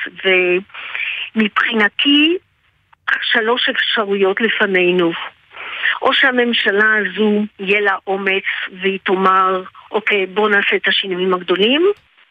ומבחינתי שלוש אפשרויות לפנינו. או שהממשלה הזו יהיה לה אומץ והיא תאמר, אוקיי, בוא נעשה את השינויים הגדולים,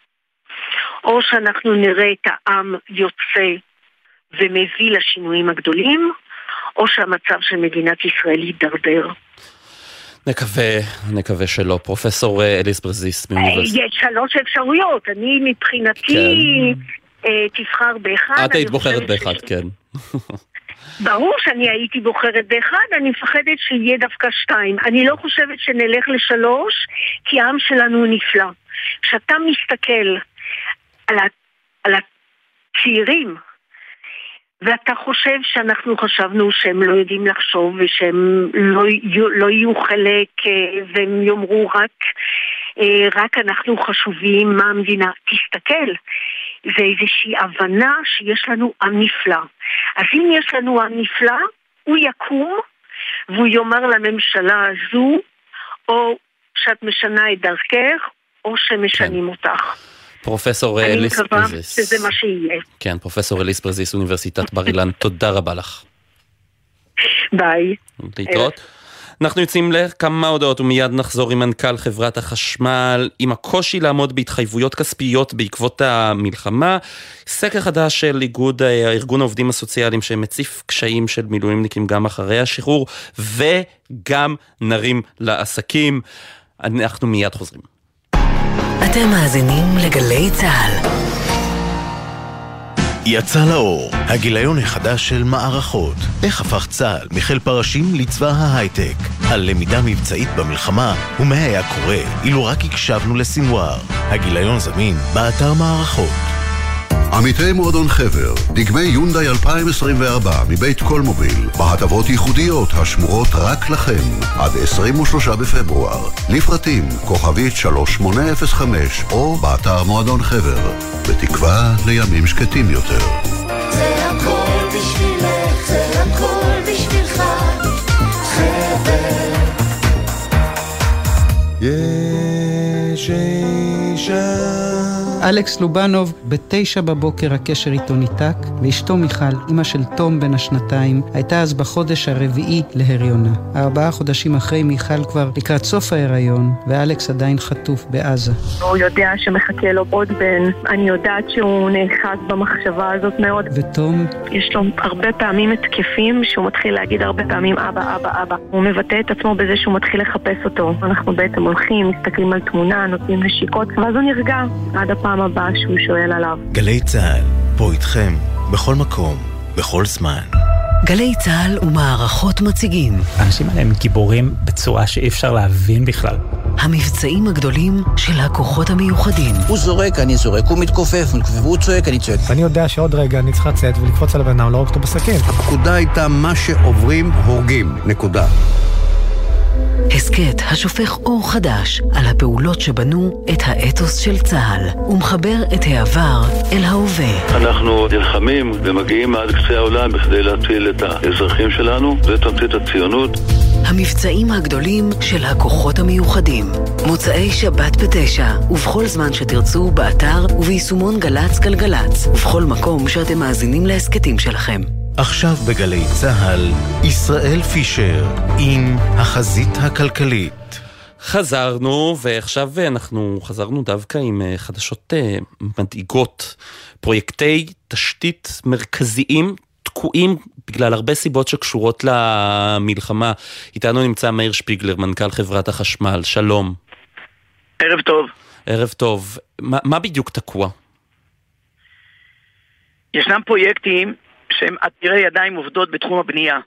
או שאנחנו נראה את העם יוצא ומביא לשינויים הגדולים, או שהמצב של מדינת ישראל יידרדר. נקווה, נקווה שלא. פרופסור אליס ברזיס מאוניברסיטה. יש שלוש אפשרויות. אני מבחינתי כן. תבחר באחד. את היית בוחרת באחד, ש... כן. ברור שאני הייתי בוחרת באחד, אני מפחדת שיהיה דווקא שתיים. אני לא חושבת שנלך לשלוש, כי העם שלנו נפלא. כשאתה מסתכל על, ה... על הצעירים, ואתה חושב שאנחנו חשבנו שהם לא יודעים לחשוב, ושהם לא, לא יהיו חלק, והם יאמרו רק, רק אנחנו חשובים מה המדינה. תסתכל, זה איזושהי הבנה שיש לנו עם נפלא. אז אם יש לנו עם נפלא, הוא יקום, והוא יאמר לממשלה הזו, או שאת משנה את דרכך, או שמשנים כן. אותך. פרופסור אליס ברזיס. אני מקווה שזה מה שיהיה. כן, פרופסור אליס ברזיס, אוניברסיטת בר אילן, תודה רבה לך. ביי. להתראות. אנחנו יוצאים לכמה הודעות ומיד נחזור עם מנכ"ל חברת החשמל, עם הקושי לעמוד בהתחייבויות כספיות בעקבות המלחמה, סקר חדש של איגוד ארגון העובדים הסוציאליים שמציף קשיים של מילואימניקים גם אחרי השחרור, וגם נרים לעסקים. אנחנו מיד חוזרים. אתם מאזינים לגלי צהל. יצא לאור, הגיליון החדש של מערכות. איך הפך צהל מחיל פרשים לצבא ההייטק. על למידה מבצעית במלחמה, ומה היה קורה אילו רק הקשבנו לסינואר. הגיליון זמין באתר מערכות. עמיתי מועדון חבר, דגמי יונדאי אלפיים עשרים וארבע מבית כל מוביל, בהטבות ייחודיות השמורות רק לכם, עד עשרים ושלושה בפברואר. לפרטים, כוכבית שלוש שמונה אפס חמש, או באתר מועדון חבר, בתקווה לימים שקטים יותר. זה הכל בשבילך, זה הכל בשבילך, חבר. יש אישה אלכס לובנוב, בתשע בבוקר הקשר איתו ניתק, ואשתו מיכל, אמא של תום בן השנתיים, הייתה אז בחודש הרביעי להריונה. ארבעה חודשים אחרי מיכל כבר לקראת סוף ההיריון, ואלכס עדיין חטוף בעזה. הוא יודע שמחכה לו עוד בן, אני יודעת שהוא נאחז במחשבה הזאת מאוד. ותום? יש לו הרבה פעמים התקפים שהוא מתחיל להגיד הרבה פעמים אבא, אבא, אבא. הוא מבטא את עצמו בזה שהוא מתחיל לחפש אותו. אנחנו בעצם הולכים, מסתכלים על תמונה, נותנים נשיקות, ואז הוא נרגע עד הפעם הבאה שהוא שואל עליו. גלי צהל, פה איתכם, בכל מקום, בכל זמן. גלי צהל ומערכות מציגים. האנשים האלה הם גיבורים בצורה שאי אפשר להבין בכלל. המבצעים הגדולים של הכוחות המיוחדים. הוא זורק, אני זורק, הוא מתכופף, והוא צועק, אני צועק. ואני יודע שעוד רגע אני צריך לצאת ולקפוץ על הבן אדם, לא רק אותו בסכין. הפקודה הייתה מה שעוברים הורגים, נקודה. הסקט השופך אור חדש על הפעולות שבנו את האתוס של צה"ל ומחבר את העבר אל ההווה. אנחנו נלחמים ומגיעים עד קצה העולם בכדי להציל את האזרחים שלנו, זה תמצית הציונות. המבצעים הגדולים של הכוחות המיוחדים. מוצאי שבת בתשע, ובכל זמן שתרצו באתר וביישומון גלץ גלגלץ, ובכל מקום שאתם מאזינים להסקטים שלכם. עכשיו בגלי צהל, ישראל פישר עם החזית הכלכלית. חזרנו, ועכשיו אנחנו חזרנו דווקא עם חדשות מדאיגות. פרויקטי תשתית מרכזיים תקועים בגלל הרבה סיבות שקשורות למלחמה. איתנו נמצא מאיר שפיגלר, מנכ"ל חברת החשמל. שלום. ערב טוב. ערב טוב. מה, מה בדיוק תקוע? ישנם פרויקטים שהם עתירי ידיים עובדות בתחום הבנייה.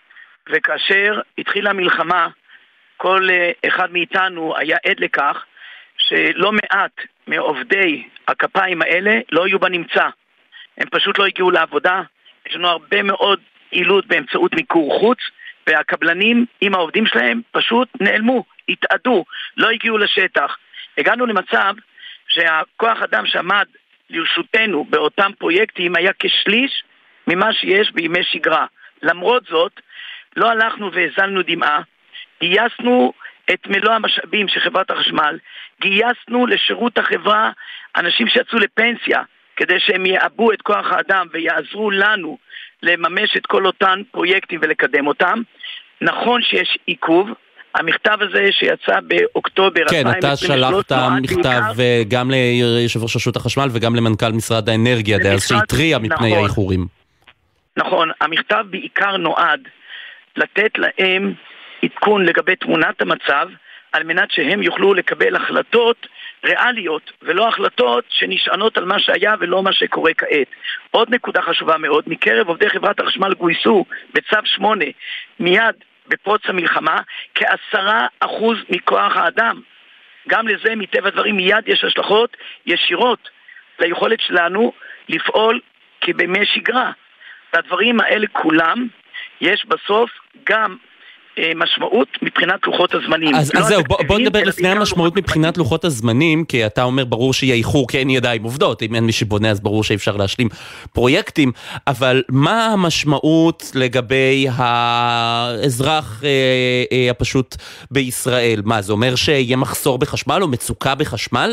וכאשר התחילה המלחמה, כל אחד מאיתנו היה עד לכך שלא מעט מעובדי הכפיים האלה לא היו בנמצא. הם פשוט לא הגיעו לעבודה. יש לנו הרבה מאוד פעילות באמצעות מיקור חוץ, והקבלנים עם העובדים שלהם פשוט נעלמו, התעדו, לא הגיעו לשטח. הגענו למצב שהכוח אדם שעמד לרשותנו באותם פרויקטים היה כשליש ממה שיש בימי שגרה. למרות זאת, לא הלכנו והזלנו דמעה, גייסנו את מלוא המשאבים של חברת החשמל, גייסנו לשירות החברה אנשים שיצאו לפנסיה, כדי שהם יעבו את כוח האדם ויעזרו לנו לממש את כל אותן פרויקטים ולקדם אותם. נכון שיש עיכוב, המכתב הזה שיצא באוקטובר כן, אתה שלחת מכתב גם ליושב ראש רשות החשמל וגם למנכ"ל משרד האנרגיה, דאז שהתריע מפני האיחורים. נכון, המכתב בעיקר נועד לתת להם עדכון לגבי תמונת המצב, על מנת שהם יוכלו לקבל החלטות ריאליות, ולא החלטות שנשענות על מה שהיה ולא מה שקורה כעת. עוד נקודה חשובה מאוד, מקרב עובדי חברת החשמל גויסו בצו שמונה, מיד בפרוץ המלחמה, כעשרה אחוז מכוח האדם. גם לזה מטבע הדברים מיד יש השלכות ישירות ליכולת שלנו לפעול כבימי שגרה. והדברים האלה כולם, יש בסוף גם משמעות מבחינת לוחות הזמנים. אז, אז זהו, בוא, בוא נדבר לפני המשמעות מבחינת לוחות הזמנים, כי אתה אומר ברור שיהיה איחור, כי אין ידיים עובדות, אם אין מי שבונה אז ברור שאפשר להשלים פרויקטים, אבל מה המשמעות לגבי האזרח אה, אה, הפשוט בישראל? מה, זה אומר שיהיה מחסור בחשמל או מצוקה בחשמל?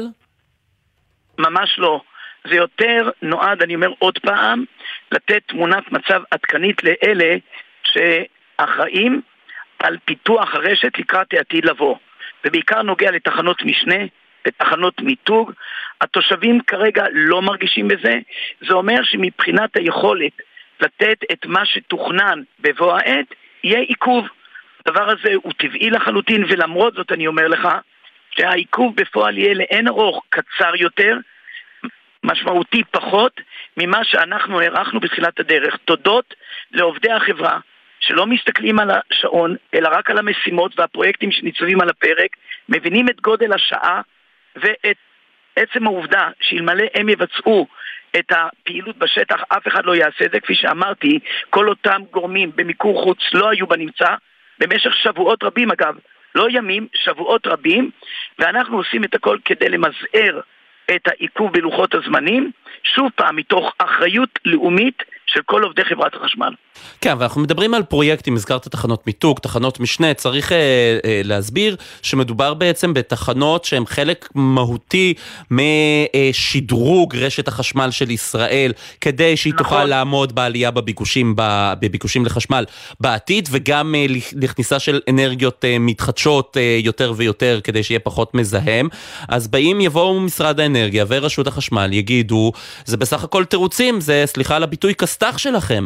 ממש לא. זה יותר נועד, אני אומר עוד פעם, לתת תמונת מצב עדכנית לאלה שאחראים על פיתוח הרשת לקראת העתיד לבוא. ובעיקר נוגע לתחנות משנה, לתחנות מיתוג. התושבים כרגע לא מרגישים בזה. זה אומר שמבחינת היכולת לתת את מה שתוכנן בבוא העת, יהיה עיכוב. הדבר הזה הוא טבעי לחלוטין, ולמרות זאת אני אומר לך, שהעיכוב בפועל יהיה לאין ארוך קצר יותר, משמעותי פחות ממה שאנחנו הערכנו בתחילת הדרך. תודות לעובדי החברה, שלא מסתכלים על השעון, אלא רק על המשימות והפרויקטים שניצבים על הפרק, מבינים את גודל השעה ואת עצם העובדה שאלמלא הם יבצעו את הפעילות בשטח, אף אחד לא יעשה את זה. כפי שאמרתי, כל אותם גורמים במיקור חוץ לא היו בנמצא, במשך שבועות רבים אגב, לא ימים, שבועות רבים, ואנחנו עושים את הכל כדי למזער את העיכוב בלוחות הזמנים, שוב פעם מתוך אחריות לאומית של כל עובדי חברת החשמל. כן, ואנחנו מדברים על פרויקטים, הזכרת תחנות מיתוג, תחנות משנה, צריך אה, אה, להסביר שמדובר בעצם בתחנות שהן חלק מהותי משדרוג רשת החשמל של ישראל, כדי שהיא נכון. תוכל לעמוד בעלייה בביקושים, בביקושים לחשמל בעתיד, וגם אה, לכניסה של אנרגיות אה, מתחדשות אה, יותר ויותר, כדי שיהיה פחות מזהם. אז באים יבואו משרד האנרגיה ורשות החשמל, יגידו, זה בסך הכל תירוצים, זה סליחה על הביטוי כסתח שלכם.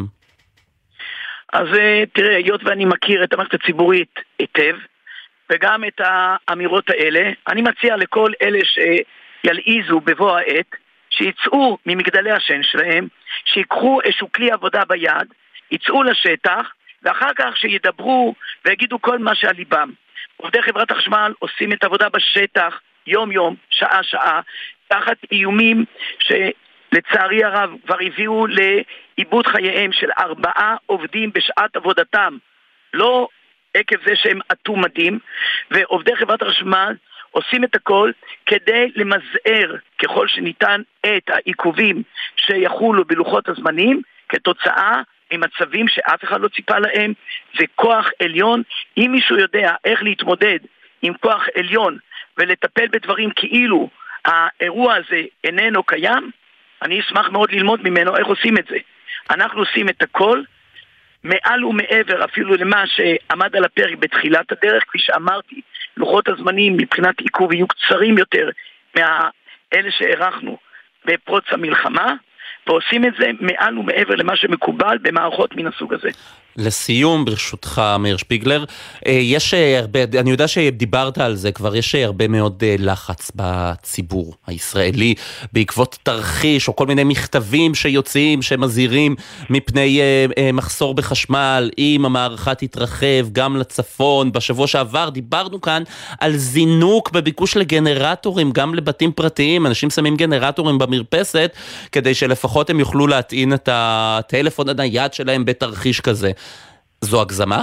אז תראה, היות ואני מכיר את המערכת הציבורית היטב, וגם את האמירות האלה, אני מציע לכל אלה שילעיזו בבוא העת, שיצאו ממגדלי השן שלהם, שיקחו איזשהו כלי עבודה ביד, יצאו לשטח, ואחר כך שידברו ויגידו כל מה שעל ליבם. עובדי חברת החשמל עושים את העבודה בשטח, יום יום, שעה שעה, תחת איומים שלצערי הרב כבר הביאו לאיבוד חייהם של ארבעה עובדים בשעת עבודתם, לא עקב זה שהם עטו מדים, ועובדי חברת החשמל עושים את הכל כדי למזער ככל שניתן את העיכובים שיחולו בלוחות הזמנים, כתוצאה ממצבים שאף אחד לא ציפה להם. זה כוח עליון. אם מישהו יודע איך להתמודד עם כוח עליון ולטפל בדברים כאילו האירוע הזה איננו קיים, אני אשמח מאוד ללמוד ממנו איך עושים את זה. אנחנו עושים את הכל מעל ומעבר אפילו למה שעמד על הפרק בתחילת הדרך. כפי שאמרתי, לוחות הזמנים מבחינת עיכוב יהיו קצרים יותר מאלה שהערכנו בפרוץ המלחמה, ועושים את זה מעל ומעבר למה שמקובל במערכות מן הסוג הזה. לסיום, ברשותך, מאיר שפיגלר, יש הרבה, אני יודע שדיברת על זה כבר, יש הרבה מאוד לחץ בציבור הישראלי, בעקבות תרחיש או כל מיני מכתבים שיוצאים, שמזהירים מפני מחסור בחשמל, אם המערכה תתרחב גם לצפון. בשבוע שעבר דיברנו כאן על זינוק בביקוש לגנרטורים, גם לבתים פרטיים, אנשים שמים גנרטורים במרפסת, כדי שלפחות הם יוכלו להטעין את הטלפון הנייד שלהם בתרחיש כזה. זו הגזמה?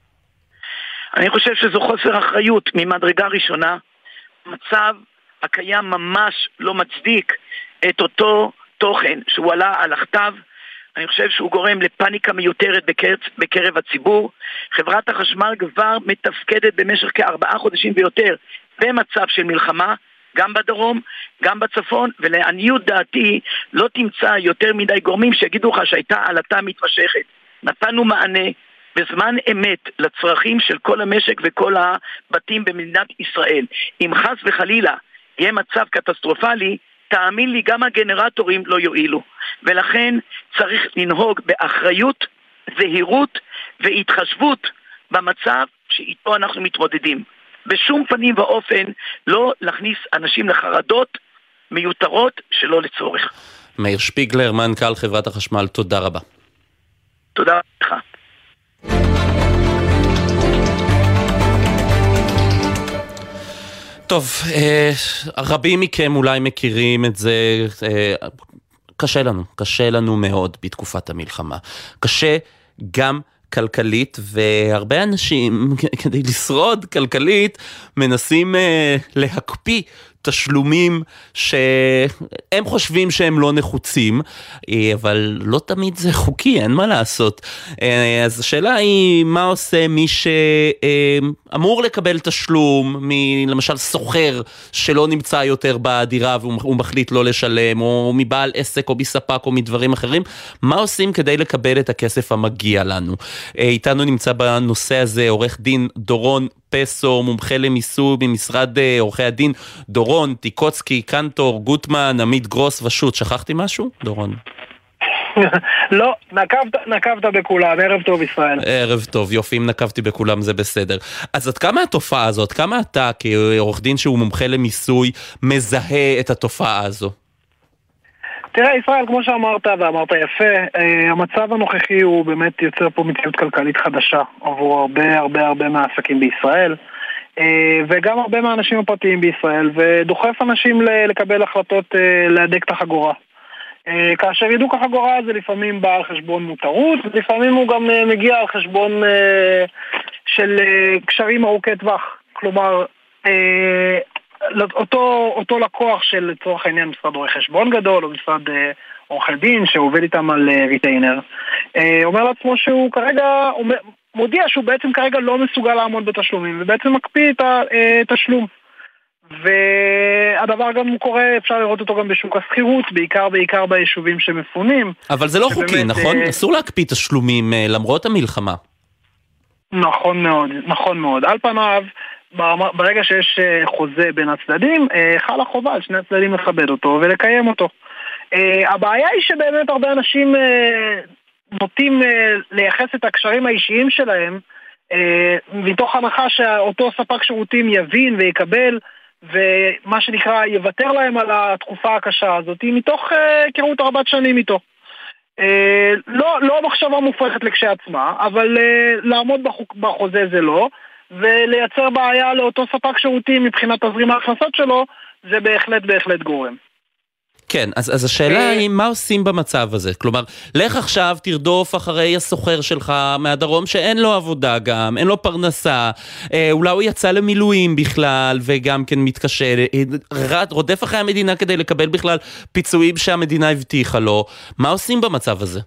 אני חושב שזו חוסר אחריות ממדרגה ראשונה. המצב הקיים ממש לא מצדיק את אותו תוכן שהוא עלה על הכתב. אני חושב שהוא גורם לפניקה מיותרת בקרב, בקרב הציבור. חברת החשמל כבר מתפקדת במשך כארבעה חודשים ויותר במצב של מלחמה, גם בדרום, גם בצפון, ולעניות דעתי לא תמצא יותר מדי גורמים שיגידו לך שהייתה עלתה מתמשכת. נתנו מענה בזמן אמת לצרכים של כל המשק וכל הבתים במדינת ישראל. אם חס וחלילה יהיה מצב קטסטרופלי, תאמין לי, גם הגנרטורים לא יועילו. ולכן צריך לנהוג באחריות, זהירות והתחשבות במצב שאיתו אנחנו מתמודדים. בשום פנים ואופן לא להכניס אנשים לחרדות מיותרות שלא לצורך. מאיר שפיגלר, מנכ"ל חברת החשמל, תודה רבה. תודה לך. טוב, אה, רבים מכם אולי מכירים את זה, אה, קשה לנו, קשה לנו מאוד בתקופת המלחמה. קשה גם כלכלית, והרבה אנשים כדי לשרוד כלכלית מנסים אה, להקפיא תשלומים שהם חושבים שהם לא נחוצים, אבל לא תמיד זה חוקי, אין מה לעשות. אז השאלה היא, מה עושה מי שאמור לקבל תשלום, למשל סוחר שלא נמצא יותר בדירה והוא מחליט לא לשלם, או מבעל עסק או בספק או מדברים אחרים, מה עושים כדי לקבל את הכסף המגיע לנו? איתנו נמצא בנושא הזה עורך דין דורון פסו, מומחה למיסוי במשרד עורכי הדין. דורון, טיקוצקי, קנטור, גוטמן, עמית גרוס ושות. שכחתי משהו? דורון. לא, נקבת, נקבת בכולם. ערב טוב ישראל. ערב טוב, יופי, אם נקבתי בכולם זה בסדר. אז עד כמה התופעה הזאת, כמה אתה כעורך דין שהוא מומחה למיסוי מזהה את התופעה הזו? תראה ישראל, כמו שאמרת ואמרת יפה, המצב הנוכחי הוא באמת יוצר פה מציאות כלכלית חדשה עבור הרבה הרבה הרבה מהעסקים בישראל, וגם הרבה מהאנשים הפרטיים בישראל, ודוחף אנשים לקבל החלטות להדק את החגורה. כאשר ידוק החגורה זה לפעמים בא על חשבון מותרות, ולפעמים הוא גם מגיע על חשבון של קשרים ארוכי טווח. כלומר, אותו, אותו לקוח של לצורך העניין משרד רואי חשבון גדול או משרד עורכי דין שעובד איתם על ריטיינר, אומר לעצמו שהוא כרגע, מודיע שהוא בעצם כרגע לא מסוגל לעמוד בתשלומים, ובעצם מקפיא את התשלום. והדבר גם קורה, אפשר לראות אותו גם בשוק הסחירות, בעיקר בעיקר ביישובים שמפונים. אבל זה לא חוקי, נכון? אסור להקפיא תשלומים למרות המלחמה. נכון מאוד, נכון מאוד. על פניו, ברגע שיש חוזה בין הצדדים, חלה חובה על שני הצדדים לכבד אותו ולקיים אותו. הבעיה היא שבאמת הרבה אנשים נוטים לייחס את הקשרים האישיים שלהם, מתוך הנחה שאותו ספק שירותים יבין ויקבל, ומה שנקרא יוותר להם על התקופה הקשה הזאת, מתוך היכרות רבת שנים איתו. לא, לא מחשבה מופרכת לכשעצמה, אבל לעמוד בחוזה זה לא, ולייצר בעיה לאותו ספק שירותים מבחינת תזרים ההכנסות שלו, זה בהחלט בהחלט גורם. כן, אז, אז השאלה היא, מה עושים במצב הזה? כלומר, לך עכשיו תרדוף אחרי הסוחר שלך מהדרום שאין לו עבודה גם, אין לו פרנסה, אה, אולי הוא יצא למילואים בכלל, וגם כן מתקשה, רד, רודף אחרי המדינה כדי לקבל בכלל פיצויים שהמדינה הבטיחה לו. מה עושים במצב הזה?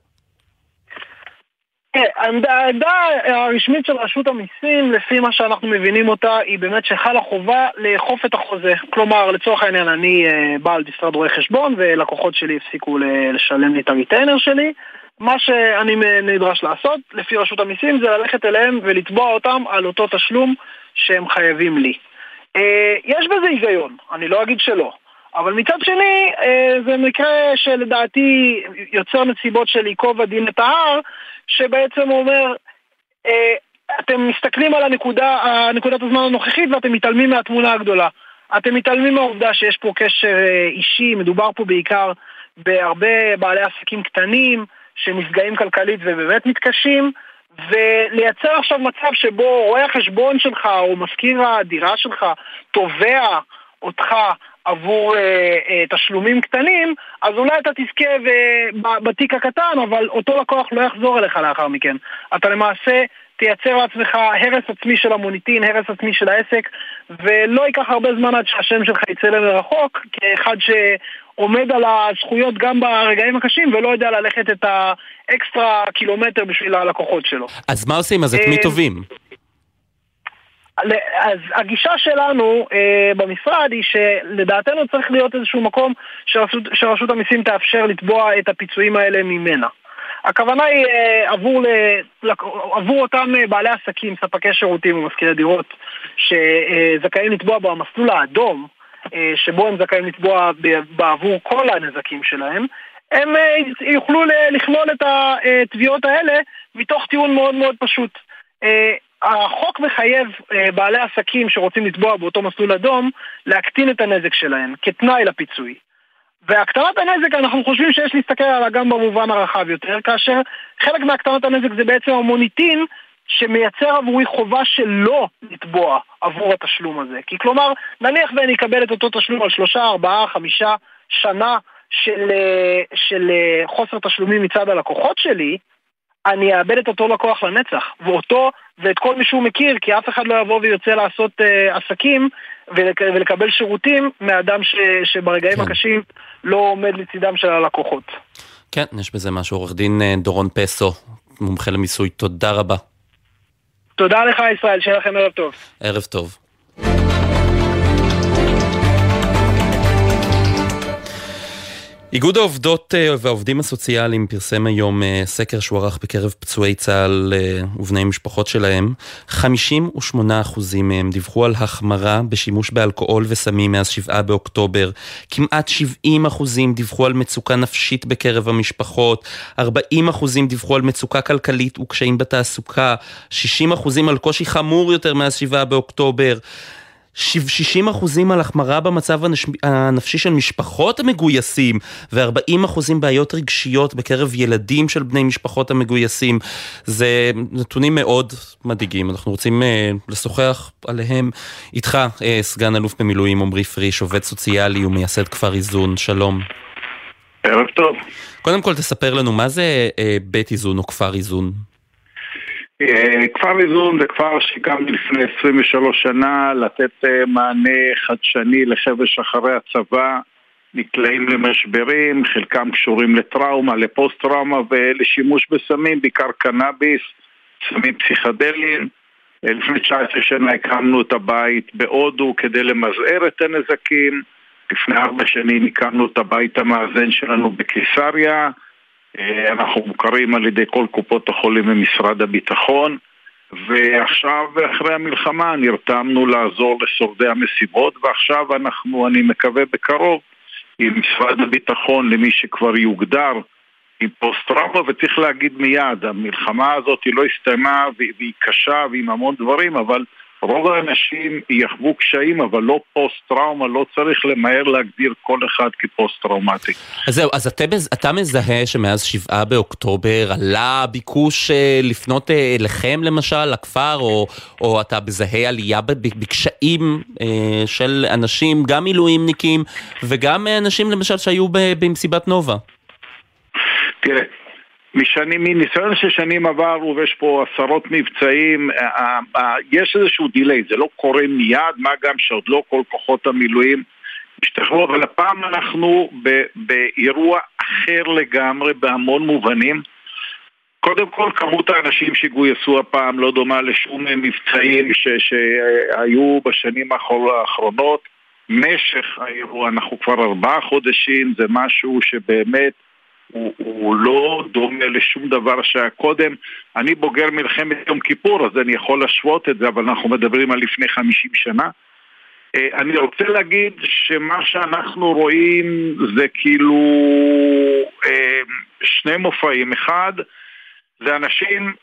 העמדה הרשמית של רשות המיסים, לפי מה שאנחנו מבינים אותה, היא באמת שחלה חובה לאכוף את החוזה. כלומר, לצורך העניין, אני בעל משרד רואי חשבון, ולקוחות שלי הפסיקו לשלם לי את הריטיינר שלי. מה שאני נדרש לעשות, לפי רשות המיסים, זה ללכת אליהם ולתבוע אותם על אותו תשלום שהם חייבים לי. יש בזה היגיון, אני לא אגיד שלא. אבל מצד שני, זה מקרה שלדעתי יוצר נסיבות של עיקוב הדין את ההר, שבעצם אומר, אתם מסתכלים על הנקודה, הנקודת הזמן הנוכחית, ואתם מתעלמים מהתמונה הגדולה. אתם מתעלמים מהעובדה שיש פה קשר אישי, מדובר פה בעיקר בהרבה בעלי עסקים קטנים, שנפגעים כלכלית ובאמת מתקשים, ולייצר עכשיו מצב שבו רואה החשבון שלך, או מזכיר הדירה שלך, תובע אותך, עבור אה, אה, תשלומים קטנים, אז אולי אתה תזכה בתיק הקטן, אבל אותו לקוח לא יחזור אליך לאחר מכן. אתה למעשה תייצר לעצמך הרס עצמי של המוניטין, הרס עצמי של העסק, ולא ייקח הרבה זמן עד שהשם שלך יצא למרחוק, כאחד שעומד על הזכויות גם ברגעים הקשים, ולא יודע ללכת את האקסטרה קילומטר בשביל הלקוחות שלו. אז מה עושים? אז את מי טובים? אז הגישה שלנו אה, במשרד היא שלדעתנו צריך להיות איזשהו מקום שרשות, שרשות המיסים תאפשר לתבוע את הפיצויים האלה ממנה. הכוונה היא אה, עבור, ל, עבור אותם בעלי עסקים, ספקי שירותים ומזכירי דירות שזכאים לתבוע במסלול האדום, אה, שבו הם זכאים לתבוע בעבור כל הנזקים שלהם, הם אה, יוכלו לכלול את התביעות האלה מתוך טיעון מאוד מאוד פשוט. אה, החוק מחייב אה, בעלי עסקים שרוצים לתבוע באותו מסלול אדום להקטין את הנזק שלהם כתנאי לפיצוי. והקטנת הנזק אנחנו חושבים שיש להסתכל עליה גם במובן הרחב יותר, כאשר חלק מהקטנת הנזק זה בעצם המוניטין שמייצר עבורי חובה שלא לתבוע עבור התשלום הזה. כי כלומר, נניח ואני אקבל את אותו תשלום על שלושה, ארבעה, חמישה שנה של, של חוסר תשלומים מצד הלקוחות שלי, אני אאבד את אותו לקוח לנצח, ואותו ואת כל מי שהוא מכיר, כי אף אחד לא יבוא ויוצא לעשות uh, עסקים ולק, ולקבל שירותים מאדם ש, שברגעים כן. הקשים לא עומד לצידם של הלקוחות. כן, יש בזה משהו. עורך דין דורון פסו, מומחה למיסוי, תודה רבה. תודה לך ישראל, שיהיה לכם ערב טוב. ערב טוב. איגוד העובדות והעובדים הסוציאליים פרסם היום סקר שהוא ערך בקרב פצועי צה"ל ובני משפחות שלהם. חמישים ושמונה אחוזים מהם דיווחו על החמרה בשימוש באלכוהול וסמים מאז שבעה באוקטובר. כמעט שבעים אחוזים דיווחו על מצוקה נפשית בקרב המשפחות. ארבעים אחוזים דיווחו על מצוקה כלכלית וקשיים בתעסוקה. שישים אחוזים על קושי חמור יותר מאז שבעה באוקטובר. שישים אחוזים על החמרה במצב הנפשי של משפחות המגויסים, ו-ארבעים אחוזים בעיות רגשיות בקרב ילדים של בני משפחות המגויסים. זה נתונים מאוד מדאיגים, אנחנו רוצים uh, לשוחח עליהם איתך, uh, סגן אלוף במילואים עמרי פריש, עובד סוציאלי ומייסד כפר איזון. שלום. ערב טוב. קודם כל תספר לנו מה זה uh, בית איזון או כפר איזון. כפר איזון זה כפר שקם לפני עשרים ושלוש שנה לתת מענה חדשני לחבר'ה אחרי הצבא נקלעים למשברים, חלקם קשורים לטראומה, לפוסט-טראומה ולשימוש בסמים, בעיקר קנאביס, סמים פסיכדליים. לפני תשע עשרה שנה הקמנו את הבית בהודו כדי למזער את הנזקים. לפני ארבע שנים הקמנו את הבית המאזן שלנו בקיסריה. אנחנו מוכרים על ידי כל קופות החולים במשרד הביטחון. ועכשיו אחרי המלחמה נרתמנו לעזור לשורדי המסיבות, ועכשיו אנחנו, אני מקווה בקרוב, עם משרד הביטחון למי שכבר יוגדר עם פוסט-טראומה, וצריך להגיד מיד, המלחמה הזאת היא לא הסתיימה והיא קשה ועם המון דברים, אבל רוב האנשים יחוו קשיים, אבל לא פוסט-טראומה, לא צריך למהר להגדיר כל אחד כפוסט-טראומטי. אז זהו, אז אתה, אתה מזהה שמאז שבעה באוקטובר עלה ביקוש לפנות אליכם למשל, לכפר, או, או אתה מזהה עלייה בקשיים של אנשים, גם מילואימניקים, וגם אנשים למשל שהיו במסיבת נובה? תראה, משנים, מניסיון של שנים עברו ויש פה עשרות מבצעים, יש איזשהו דילי, זה לא קורה מיד, מה גם שעוד לא כל כוחות המילואים השתחררו, אבל הפעם אנחנו באירוע אחר לגמרי בהמון מובנים. קודם כל, כמות האנשים שגויסו הפעם לא דומה לשום מבצעים שהיו בשנים האחרונות. משך האירוע, אנחנו כבר ארבעה חודשים, זה משהו שבאמת הוא, הוא לא דומה לשום דבר שהיה קודם. אני בוגר מלחמת יום כיפור, אז אני יכול להשוות את זה, אבל אנחנו מדברים על לפני חמישים שנה. אני רוצה להגיד שמה שאנחנו רואים זה כאילו שני מופעים. אחד, זה אנשים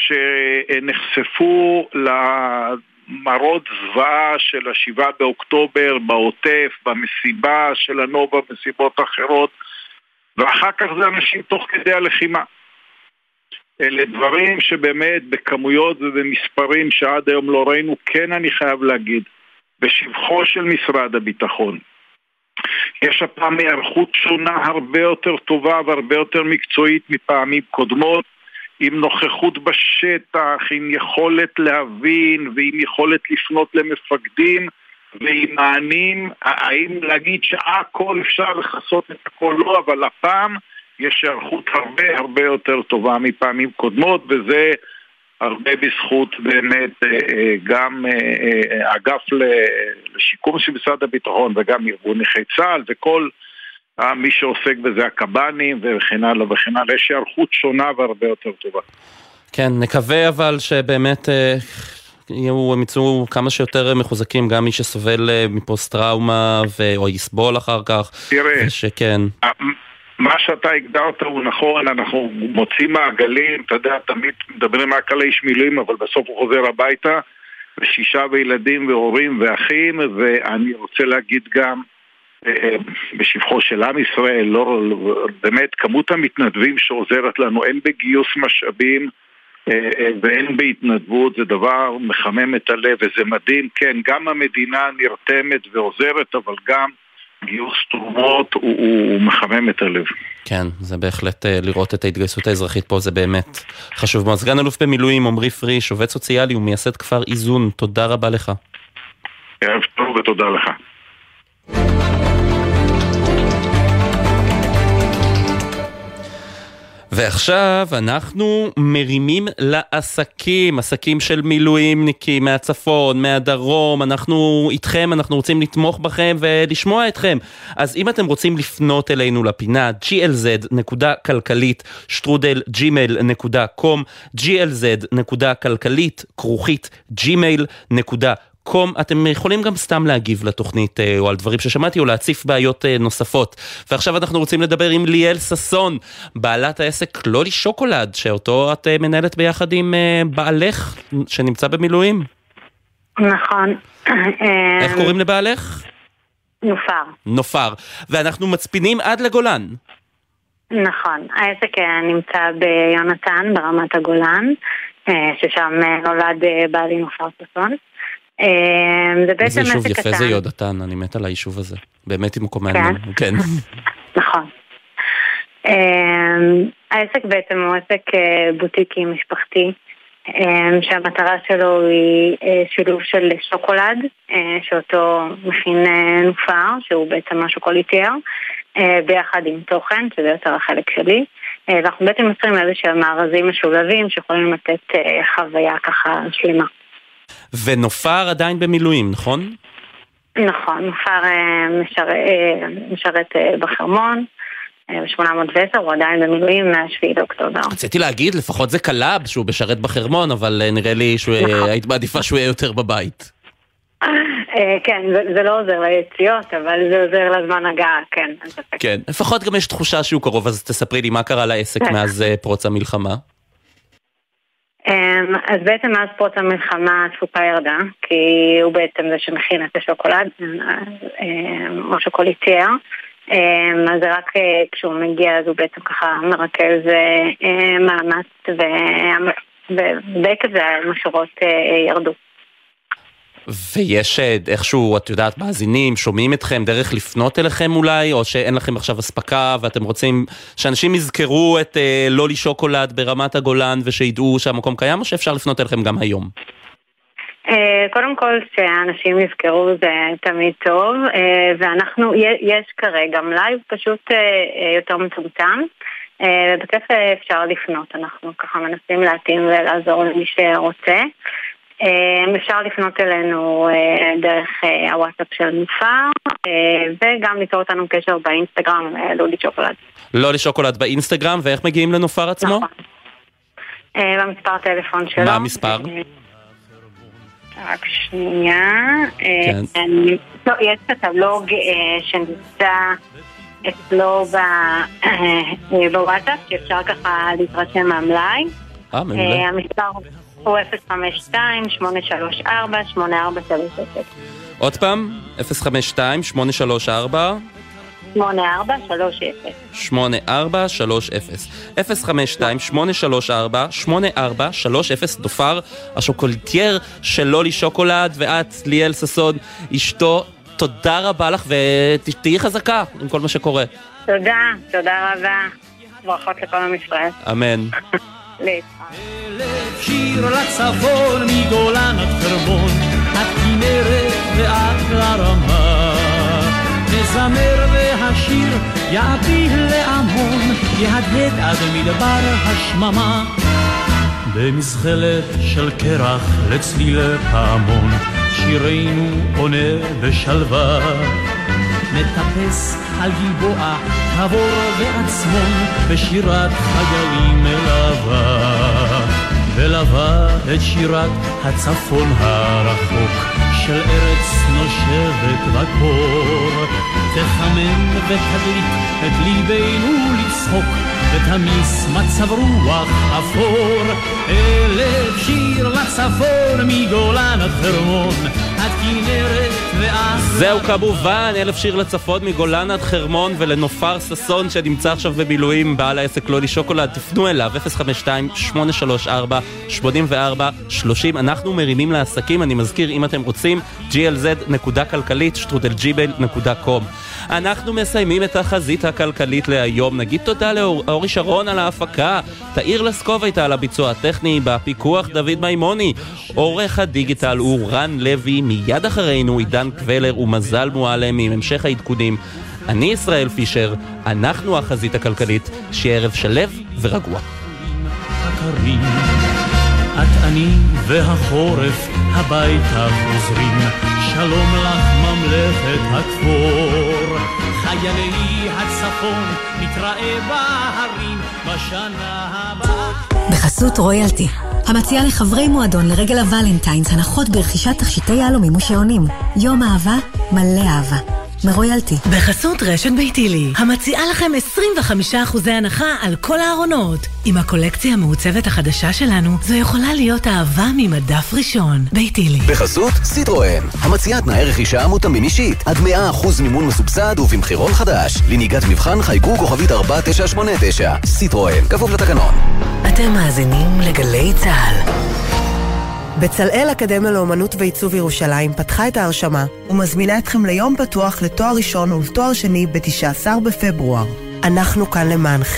שנחשפו למראות זוועה של השבעה באוקטובר, בעוטף, במסיבה של הנובה, מסיבות אחרות, ואחר כך זה אנשים תוך כדי הלחימה. אלה דברים שבאמת בכמויות ובמספרים שעד היום לא ראינו. כן, אני חייב להגיד, בשבחו של משרד הביטחון, יש הפעם היערכות שונה הרבה יותר טובה והרבה יותר מקצועית מפעמים קודמות, עם נוכחות בשטח, עם יכולת להבין ועם יכולת לפנות למפקדים ועם מענים. האם להגיד שהכל אפשר לחסות את הכל? לא, אבל הפעם יש היערכות הרבה הרבה יותר טובה מפעמים קודמות, וזה הרבה בזכות באמת גם אגף לשיקום של משרד הביטחון וגם ארגון נכי צה"ל וכל מי שעוסק בזה, הקב"נים וכן הלאה וכן הלאה. יש היערכות שונה והרבה יותר טובה. כן, נקווה אבל שבאמת יהיו, הם יצאו כמה שיותר מחוזקים, גם מי שסובל מפוסט טראומה או יסבול אחר כך. תראה, שכן. מה שאתה הגדרת הוא נכון, אנחנו מוצאים מעגלים, אתה יודע, תמיד מדברים רק על האיש מילואים, אבל בסוף הוא חוזר הביתה, ושישה וילדים והורים ואחים, ואני רוצה להגיד גם, בשבחו של עם ישראל, לא, באמת כמות המתנדבים שעוזרת לנו, אין בגיוס משאבים, ואין בהתנדבות, זה דבר מחמם את הלב, וזה מדהים. כן, גם המדינה נרתמת ועוזרת, אבל גם גיוס תרומות הוא, הוא מחמם את הלב. כן, זה בהחלט לראות את ההתגייסות האזרחית פה, זה באמת חשוב מאוד. סגן אלוף במילואים עמרי פריש, עובד סוציאלי ומייסד כפר איזון, תודה רבה לך. ערב טוב ותודה לך. ועכשיו אנחנו מרימים לעסקים, עסקים של מילואימניקים מהצפון, מהדרום, אנחנו איתכם, אנחנו רוצים לתמוך בכם ולשמוע אתכם. אז אם אתם רוצים לפנות אלינו לפינה, ג'י אל זד נקודה כלכלית שטרודל ג'ימייל נקודה קום, ג'י אל זד נקודה כלכלית כרוכית ג'ימייל נקודה קום. אתם יכולים גם סתם להגיב לתוכנית או על דברים ששמעתי או להציף בעיות נוספות. ועכשיו אנחנו רוצים לדבר עם ליאל ססון, בעלת העסק לולי שוקולד, שאותו את מנהלת ביחד עם בעלך שנמצא במילואים. נכון. איך קוראים לבעלך? נופר. נופר. ואנחנו מצפינים עד לגולן. נכון. העסק נמצא ביונתן ברמת הגולן, ששם נולד בעלי נופר ססון. איזה יישוב יפה זה יודתן, אני מת על היישוב הזה, באמת עם מקום מעניין. כן. נכון. העסק בעצם הוא עסק בוטיקי משפחתי, שהמטרה שלו היא שילוב של שוקולד, שאותו מכין נופר, שהוא בעצם השוקוליטייר, ביחד עם תוכן, שזה יותר החלק שלי. ואנחנו בעצם מייצרים איזה שהם מארזים משולבים שיכולים לתת חוויה ככה שלמה. ונופר עדיין במילואים, נכון? נכון, נופר משרת, משרת בחרמון. ב-שמונה מאות ועשר הוא עדיין במילואים מהשביעי לאוקטובר. רציתי להגיד, לפחות זה קלאב שהוא בשרת בחרמון, אבל נראה לי שהיית מעדיפה שהוא יהיה יותר בבית. כן, זה לא עוזר ליציאות, אבל זה עוזר לזמן הגעה, כן. כן, לפחות גם יש תחושה שהוא קרוב, אז תספרי לי מה קרה לעסק מאז פרוץ המלחמה. אז בעצם מאז פרוץ המלחמה התפוקה ירדה, כי הוא בעצם זה שמכין את השוקולד, או שוקוליטייר, אז זה רק כשהוא מגיע אז הוא בעצם ככה מרכז מאמץ ובעקב זה המשורות ירדו. ויש איכשהו, את יודעת, מאזינים, שומעים אתכם, דרך לפנות אליכם אולי, או שאין לכם עכשיו הספקה ואתם רוצים שאנשים יזכרו את לולי שוקולד ברמת הגולן ושידעו שהמקום קיים, או שאפשר לפנות אליכם גם היום? קודם כל שאנשים יזכרו זה תמיד טוב, ואנחנו, יש כרגע לייב פשוט יותר מצומצם, ובכיף אפשר לפנות, אנחנו ככה מנסים להתאים ולעזור למי שרוצה. אפשר לפנות אלינו דרך הוואטסאפ של נופר, וגם ליצור אותנו קשר באינסטגרם, לולי שוקולד. לולי שוקולד באינסטגרם, ואיך מגיעים לנופר עצמו? נכון. במספר טלפון שלו. מה המספר? רק שנייה. יש קטלוג שנמצא אצלו בוואטסאפ, שאפשר ככה להתרשם מהמלאי. אה, מעולה. המספר הוא אפס חמש שתיים שמונה שלוש ארבע שמונה ארבע שלוש אפס. עוד פעם, אפס חמש שתיים שמונה שלוש ארבע שמונה ארבע שלוש אפס. שמונה ארבע שלוש אפס. אפס חמש שתיים שמונה שלוש ארבע שמונה ארבע שלוש אפס. נופר, השוקולטייר של לולי שוקולד, ואת, ליאל ששון, אשתו, תודה רבה לך ותהיי חזקה עם כל מה שקורה. תודה, תודה רבה. ברכות לכל עם ישראל. אמן. אלף שיר לצפון מגולן עד חרמון, עד כנרת ועד לרמה, נזמר והשיר יעפיל להמון, יהדהד עד מדבר השממה. במזחלת של קרח לצליל פעמון, שירנו עונה בשלווה, מטפס על גלבוע, תבור ועצמון, בשירת חיילים מלווה, ולווה את שירת הצפון הרחוק, של ארץ נושבת בקור, תחמם ותדליק את ליבנו לצחוק, ותמיס מצב רוח אפור. אלף שיר לצפון מגולן עד חרמון, עד כנרת ועד... זהו כמובן, אלף שיר לצפון מגולן עד חרמון, ולנופר ששון שנמצא עכשיו במילואים, בעל העסק לולי שוקולד. תפנו אליו אפס חמש שתיים שמונה שלוש ארבע שמונה ארבע שלוש אפס. אנחנו מרימים לעסקים, אני מזכיר, אם אתם רוצים, ג'י אל זד נקודה כלכלית שטרודל ג'ימייל נקודה קום. אנחנו מסיימים את החזית הכלכלית להיום. נגיד תודה לאורי שרון על ההפקה, תאיר לסקוב הייתה על הביצוע הטכני, בפיקוח דוד מימוני, עורך הדיגיטל הוא רן לוי, מיד אחרינו עידן קבלר ומזל מועלם עם המשך העדכונים. אני ישראל פישר, אנחנו החזית הכלכלית, שיהיה ערב שלב ורגוע. את אני והחורף הביתה חוזרים, שלום לך ממלכת הכפור, חיילי הצפון נתראה בהרים בשנה הבאה. בחסות רויאלטי, המציעה לחברי מועדון לרגל הוולנטיינס הנחות ברכישת תכשיטי יהלומים ושעונים. יום אהבה מלא אהבה. מרויאלטי. בחסות רשת ביתילי, המציעה לכם עשרים וחמישה אחוז הנחה על כל הארונות. עם הקולקציה המעוצבת החדשה שלנו, זו יכולה להיות אהבה ממדף ראשון. ביתילי. בחסות סיטרואן, המציעה תנאי רכישה מותאמים אישית, עד מאה אחוז מימון מסובסד ובמחירון חדש. לנהיגת מבחן חייגו כוכבית ארבע תשע שמונה תשע. סיטרואן, כפוף לתקנון. אתם מאזינים לגלי צהל. בצלאל אקדמיה לאומנות ועיצוב ירושלים פתחה את ההרשמה ומזמינה אתכם ליום פתוח לתואר ראשון ולתואר שני ב-תשעה עשר בפברואר. אנחנו כאן למענכם.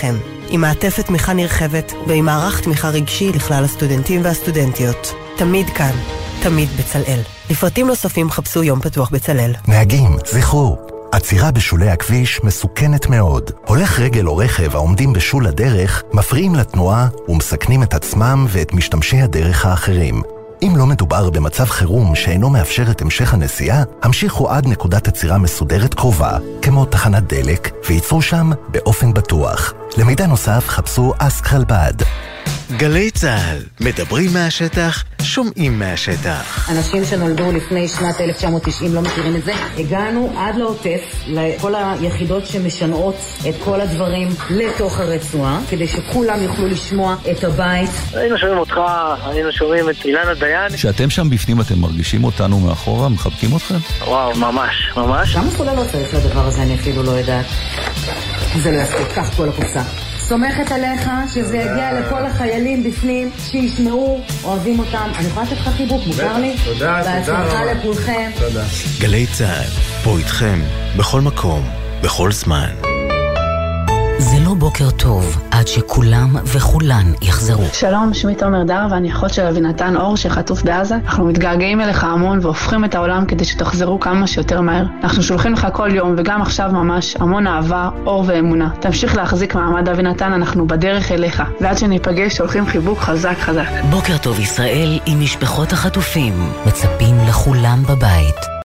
עם מעטפת תמיכה נרחבת ועם מערך תמיכה רגשי לכלל הסטודנטים והסטודנטיות. תמיד כאן, תמיד בצלאל. לפרטים נוספים חפשו יום פתוח בצלאל. נהגים, זכרו, עצירה בשולי הכביש מסוכנת מאוד. הולך רגל או רכב העומדים בשול הדרך מפריעים לתנועה ומסכנים את עצמם ואת משתמשי הדרך האחרים. אם לא מדובר במצב חירום שאינו מאפשר את המשך הנסיעה, המשיכו עד נקודת עצירה מסודרת קרובה, כמו תחנת דלק, וייצרו שם באופן בטוח. למידע נוסף חפשו אסק חלבד. גלי צהל, מדברים מהשטח, שומעים מהשטח. אנשים שנולדו לפני שנת אלף תשע מאות תשעים לא מכירים את זה. הגענו עד לעוטף, לכל היחידות שמשנעות את כל הדברים לתוך הרצועה, כדי שכולם יוכלו לשמוע את הבית. היינו שומעים אותך, היינו שומעים את אילנה דיין. כשאתם שם בפנים אתם מרגישים אותנו מאחורה, מחבקים אתכם? וואו, ממש, ממש. כמה סולה לא צריך לדבר הזה, אני אפילו לא יודעת. זה לא יספיק, קח כל הקופסה. סומכת עליך שזה יגיע לכל החיילים בפנים, שישמעו, אוהבים אותם. אני יכולה לתת לך חיבוק, מוכר לי? תודה, תודה. בהצלחה לכולכם. תודה. גלי צהל, פה איתכם, בכל מקום, בכל זמן. זה לא בוקר טוב, עד שכולם וכולן יחזרו. שלום, שמי תומר דר, ואני אחות של אבינתן אור שחטוף בעזה. אנחנו מתגעגעים אליך המון והופכים את העולם כדי שתחזרו כמה שיותר מהר. אנחנו שולחים לך כל יום, וגם עכשיו ממש, המון אהבה, אור ואמונה. תמשיך להחזיק מעמד אבינתן, אנחנו בדרך אליך. ועד שניפגש, שולחים חיבוק חזק חזק. בוקר טוב ישראל עם משפחות החטופים. מצפים לכולם בבית.